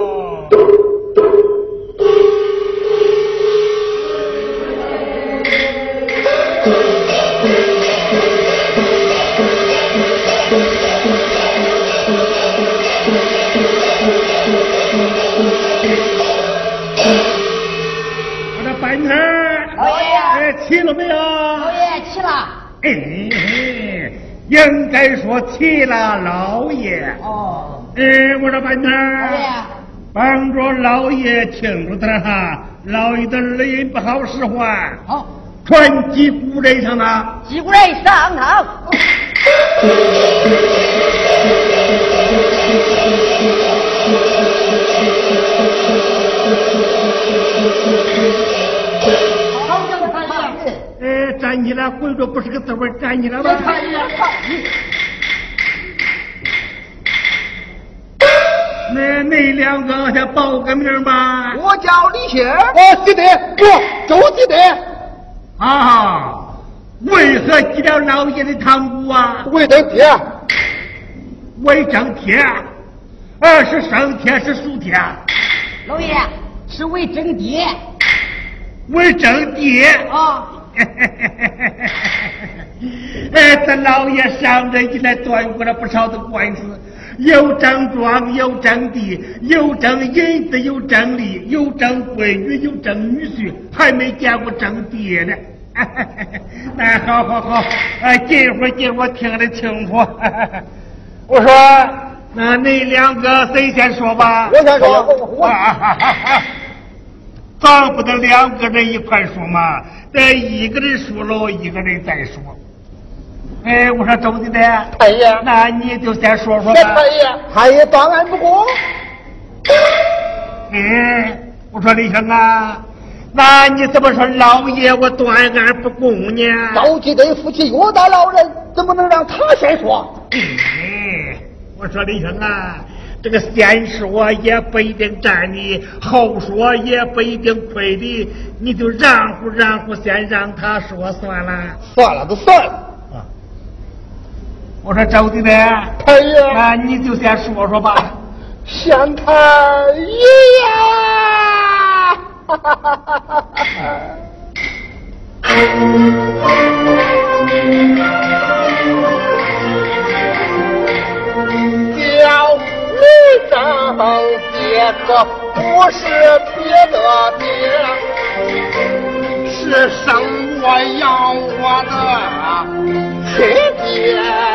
我的板凳， 老爷， 哎，起了没有？ 老爷起了。 哎，应该说起了，老爷。 哦。 哎，我的板凳， 老爷， 帮着老爷听着点哈，老爷的耳音不好使唤。 好。 传击鼓人上堂。 击鼓人上堂。好，这个三爷。 哎， 哎，站起来，回着不是个滋味，站起来吧。 太爷， 那那两个先报个名吧。 我叫李兴， 我记得，我周记得。 啊，为何记了老爷的堂姑啊？ 为正帖， 为正帖，二是生帖是属帖。 老爷是为正爹为正爹啊。 哎，咱老爷上任以来断过了不少的官司，有正庄，有正地，有正银子，有正利，有正闺女，有正女婿，还没见过正爹呢。那好好好，哎，这会儿这会儿听得清楚。我说，那那两个谁先说吧？ 我先说。 我。咱不得两个人一块说嘛，得一个人说了，一个人再说。哎，我说周弟弟， 太爷， 那你就先说说吧。 太爷，太爷断案不过。 哎，我说李生啊，那你怎么说老爷我断案不公呢？ 周继德夫妻约大老人，怎么能让他先说？ 哎，我说李生啊。这个先说也不一定占理，后说也不一定亏理，你就让乎让乎，先让他说算了。 算了，都算了。 啊，我说周弟弟， 太爷， 那你就先说说吧。 县太爷呀！哈哈哈哈哈！叫李正爹可不是别的爹，是生我养我的亲爹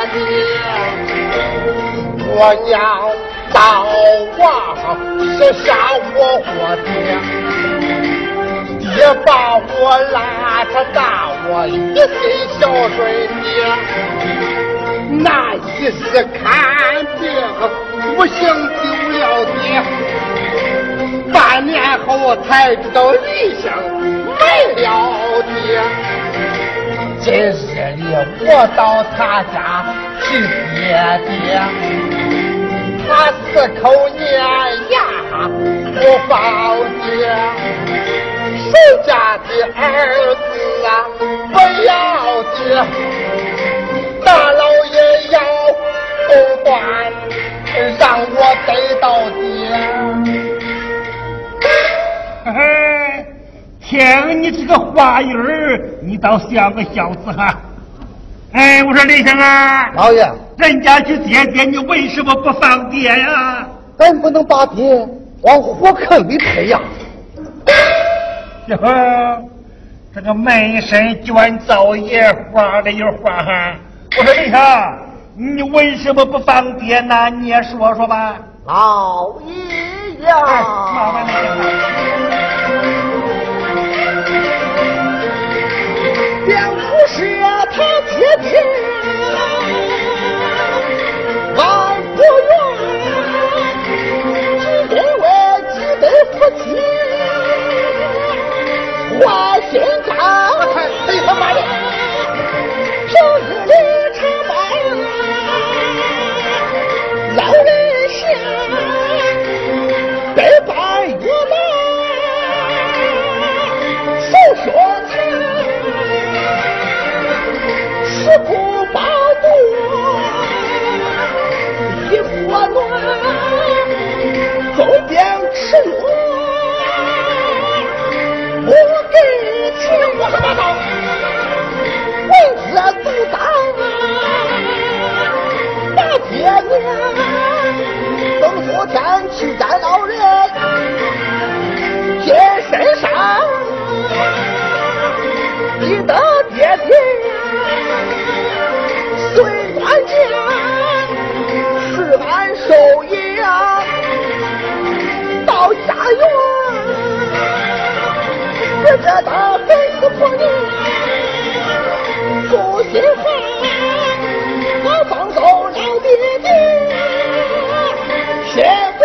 爹。我娘到娃上是杀我活爹，爹把我拉扯大，我一心孝顺爹。那一日看病不幸丢了爹，半年后才知道李想没了爹。今日里我到他家去爹爹，他四口粘牙不放爹，谁家的儿子啊不要爹，大老爷要公断，让我得到爹。 嘿嘿，听你这个话语儿，你倒像个小子哈！哎，我说李生啊， 老爷， 人家去接爹，你为什么不放爹呀？ 咱不能把爹往火坑里推呀！ 哟呵，这个门神捐造野花的有花哈！我说李生，你为什么不放爹呢？你也说说吧。 老爷呀， 哎，麻烦你。 并不是他爹爹，俺不愿，只因为只得夫妻花心肝。哎他妈的！平日里常买老人下，北半月来手学菜。吃苦饱肚，衣服暖，总边吃药，我给钱我他妈的，为这独当大爹娘，等昨天去见老人，见身上你的爹爹。随官家是俺寿阳到家园，跟着他粉丝婆娘住心房，我放走老爹爹谢不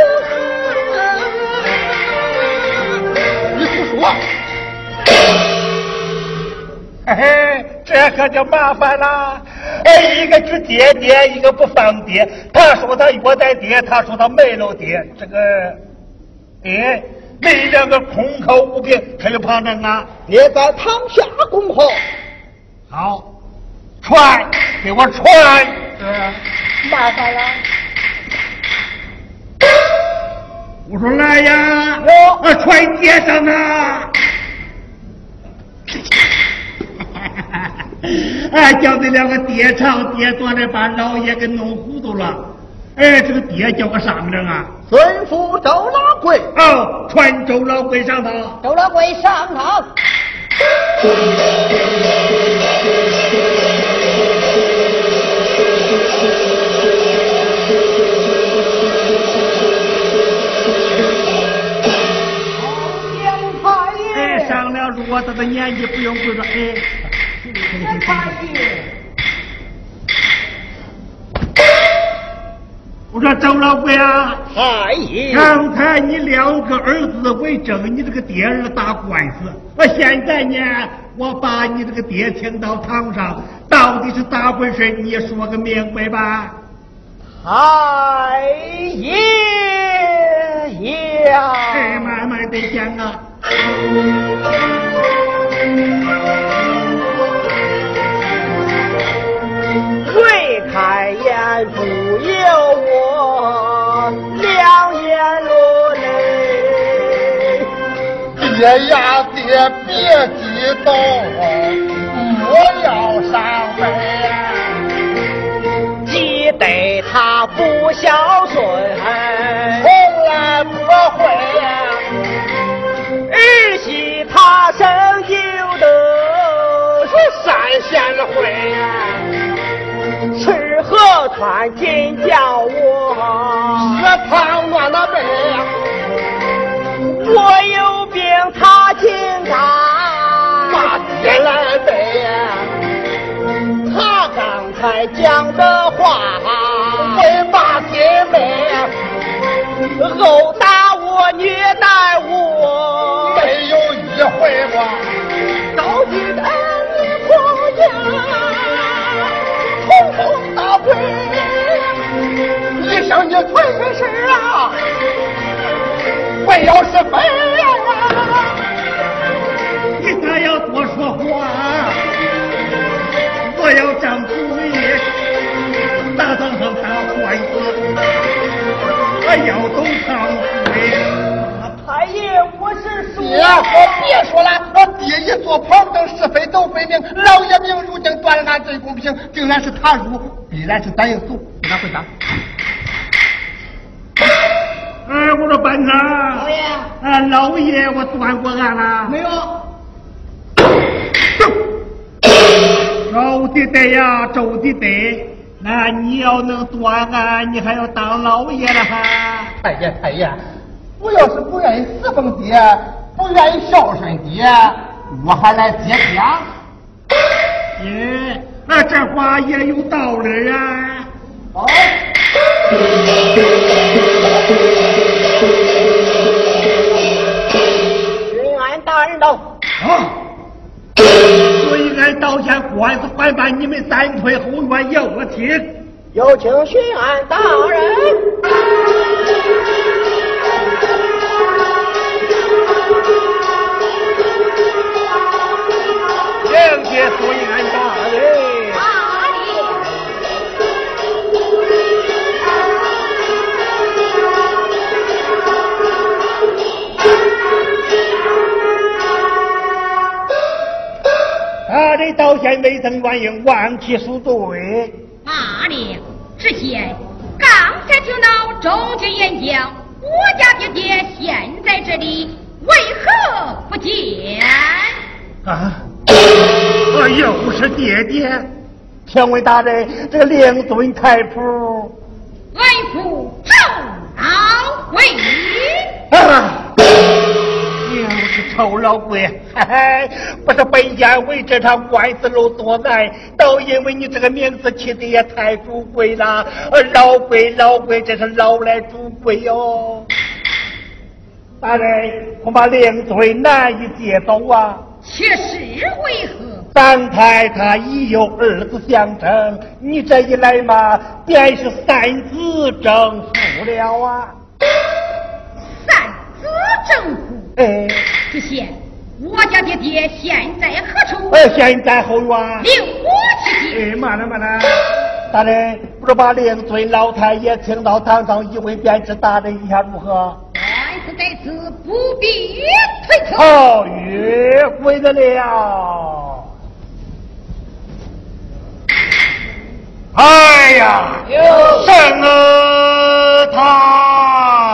寒。你胡说！ 嘿嘿。 这可就麻烦了。哎，一个只爹爹，一个不放爹。他说他有在爹，他说他没了爹。这个，哎，那两个空口无凭，可有旁证啊？ 爹在堂下恭候。 好，传，给我传。 嗯，麻烦了。 我说来呀， 我啊，传街上啊。哎，叫这两个爹长爹短的把老爷给弄糊涂了。哎，这个爹叫个啥名啊？ 孙福周老贵。 哦，传周老贵上堂。 周老贵上堂。 哎，上了骡子的年纪不用跪着。哎。我说周老贵啊， 太爷， 刚才你两个儿子为争你这个爹儿打官司，我现在呢，我把你这个爹请到堂上，到底是咋回事？你也说个明白吧？ 太爷呀！ 哎，慢慢的讲啊。 未开言不由我两眼落泪。 爹呀爹，别激动，莫要伤悲啊！ 记得他不孝顺， 从来不会呀。 儿媳他生有的是三贤惠呀。吃喝穿金叫我热汤暖了背， 我有病他紧他把爹来背。 他刚才讲的话为嘛心美？ 殴打我虐待我， 没有一回过。 高举的你婆家通通打退， 一生你存的事啊，没有是非啊！ 你可要多说话，我要张主意，大堂上打官司，我要走堂会。 太爷，我是说， 爹，别说了，我爹一坐旁等是非都分明，老爷命如今断了俺最公平，定然是他辱，必然是咱应诉，给他回答。 哎，我说班长， 老爷， 啊，老爷，我断过案了。 没有。 周的得呀，周的得。那你要能断案，你还要当老爷了哈？ 太爷，太爷，我要是不愿意侍奉爹，不愿意孝顺爹，我还来接家。 耶，那这话也有道理啊。 好。 巡按大人到。 啊。所以俺倒向官司还办，你们三推后院要我听。 有请巡按大人。 迎接所以俺大人。他的道歉未曾乱用，望其属对。 马令知县，刚才听到周军演讲，我家爹爹现在这里，为何不见？ 啊！啊，又是爹爹！请问大人，这个令尊太仆， 为父周老贵。 啊！又是臭老鬼，嘿嘿，不是本县为这场官司路作案，都因为你这个名字起的也太主贵了。老贵老贵，真是老来主贵哟。大人，恐怕令尊难以接走啊。 却是为何？ 三太他已有儿子相争，你这一来嘛，便是三子征服了啊！ 三子征服？ 哎， 知县，我家爹爹现在何处？ 哎，现在后院。 令我去见。 哎，慢了慢了，大人，不如把令尊老太爷请到堂上一会，便知大人意下如何？ 在此在此，不必推辞。 好，约会得了。哎呀，圣堂！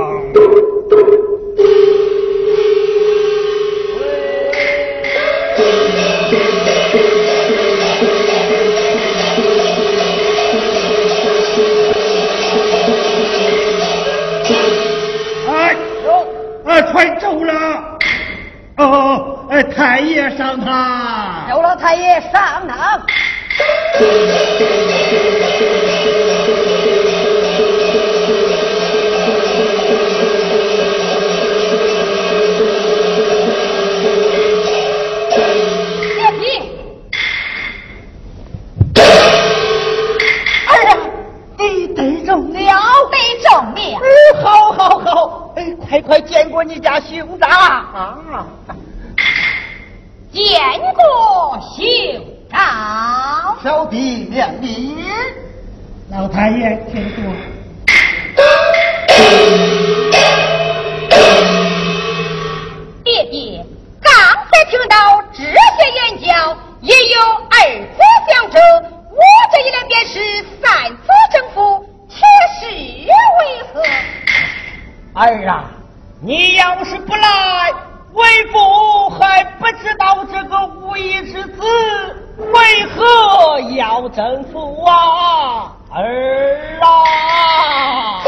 哎，哎，快走了！哦，哎，太爷上堂。 周老太爷上堂。 好好好，哎，快快见过你家兄长啊！ 见过兄长， 小弟两礼。 老太爷，请坐。 爹爹，刚才听到这些言教，也有二子相争，我这一来便是三子征服，此事为何？ 儿啊，你要是不来，为父还不知道这个无义之子为何要征服啊！儿啊！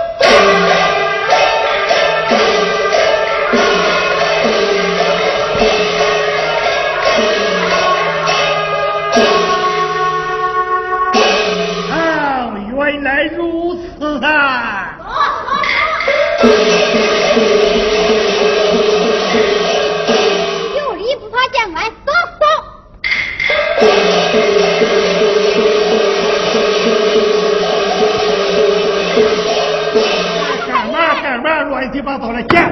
哦，原来如此啊！ 有理不怕见外，走走。 干嘛干嘛乱七八糟的讲？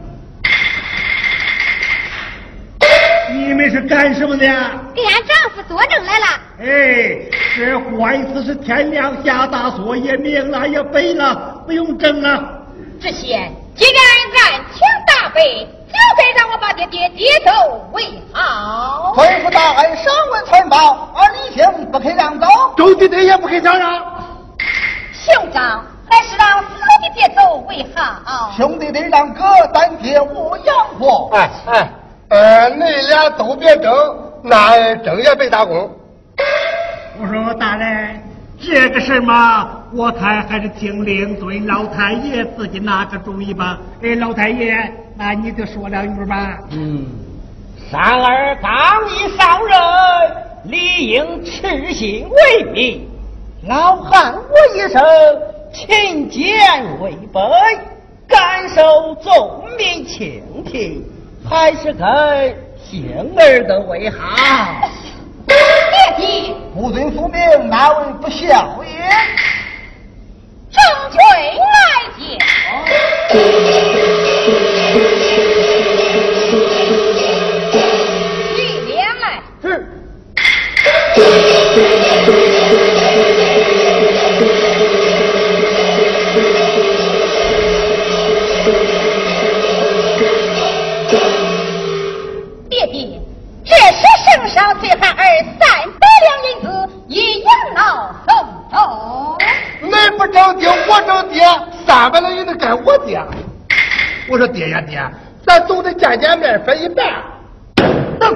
你们是干什么的？ 给俺丈夫作证来了。 哎，这官司是天亮下大锁，也明了也白了，不用争了。 知县，既然案情大白，就该让我把爹爹接走为好。 吩咐大恩上问传报，而李兴不肯让走， 周弟弟也不肯让让。 兄长，还是让死的爹走为好。 兄弟得让哥，咱爹我养活。 哎哎，呃，你俩都别争，那争也没打工。 我说大人，这个事嘛，我看还是听令尊老太爷自己拿个主意吧。哎，老太爷，那你就说两句吧。 嗯，三儿刚一上任，理应赤心为民，老汉我一生勤俭为本，感受众民倾听，还是跟星儿的为好。 爹爹， 不遵父命，那为不孝也。 正确来见。李良来。 是。 爹爹，这是圣上岁寒儿三百两银子，以养老送走。 你不争爹，我争爹，三百两银子该我爹。我说爹呀爹，咱总得见见面，分一半。 走。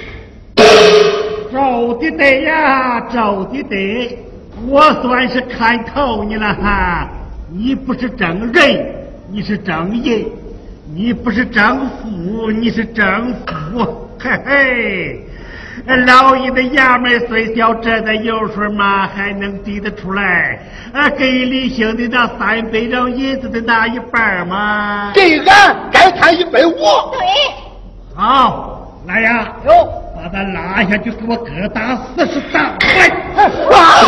周弟弟呀，周弟弟，我算是看透你了哈。你不是争人，你是争银；你不是争富，你是争富。嘿嘿，老爷的衙门虽小，这点油水嘛，还能抵得出来。啊，给李兴的那三百两银子的那一半嘛， 给俺该摊一百五。 对。 好，来呀， 哟， 把他拉下去，给我各打四十大板。 啊！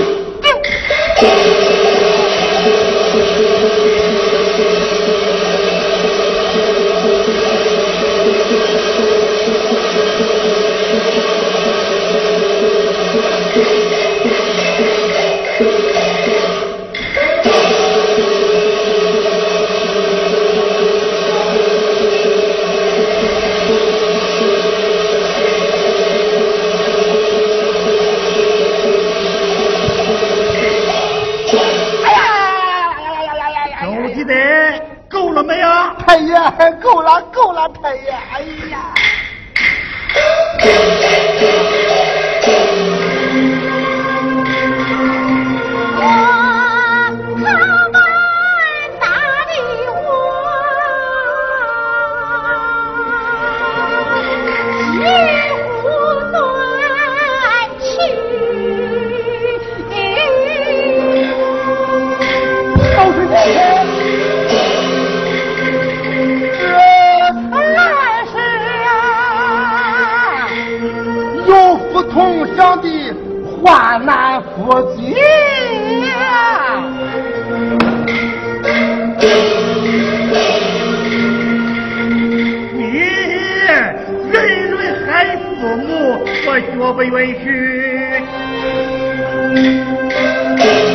够了没有？ 太爷，够了，够了，太爷！哎呀！同乡的患难夫妻呀！ 你人人害父母，我绝不允许。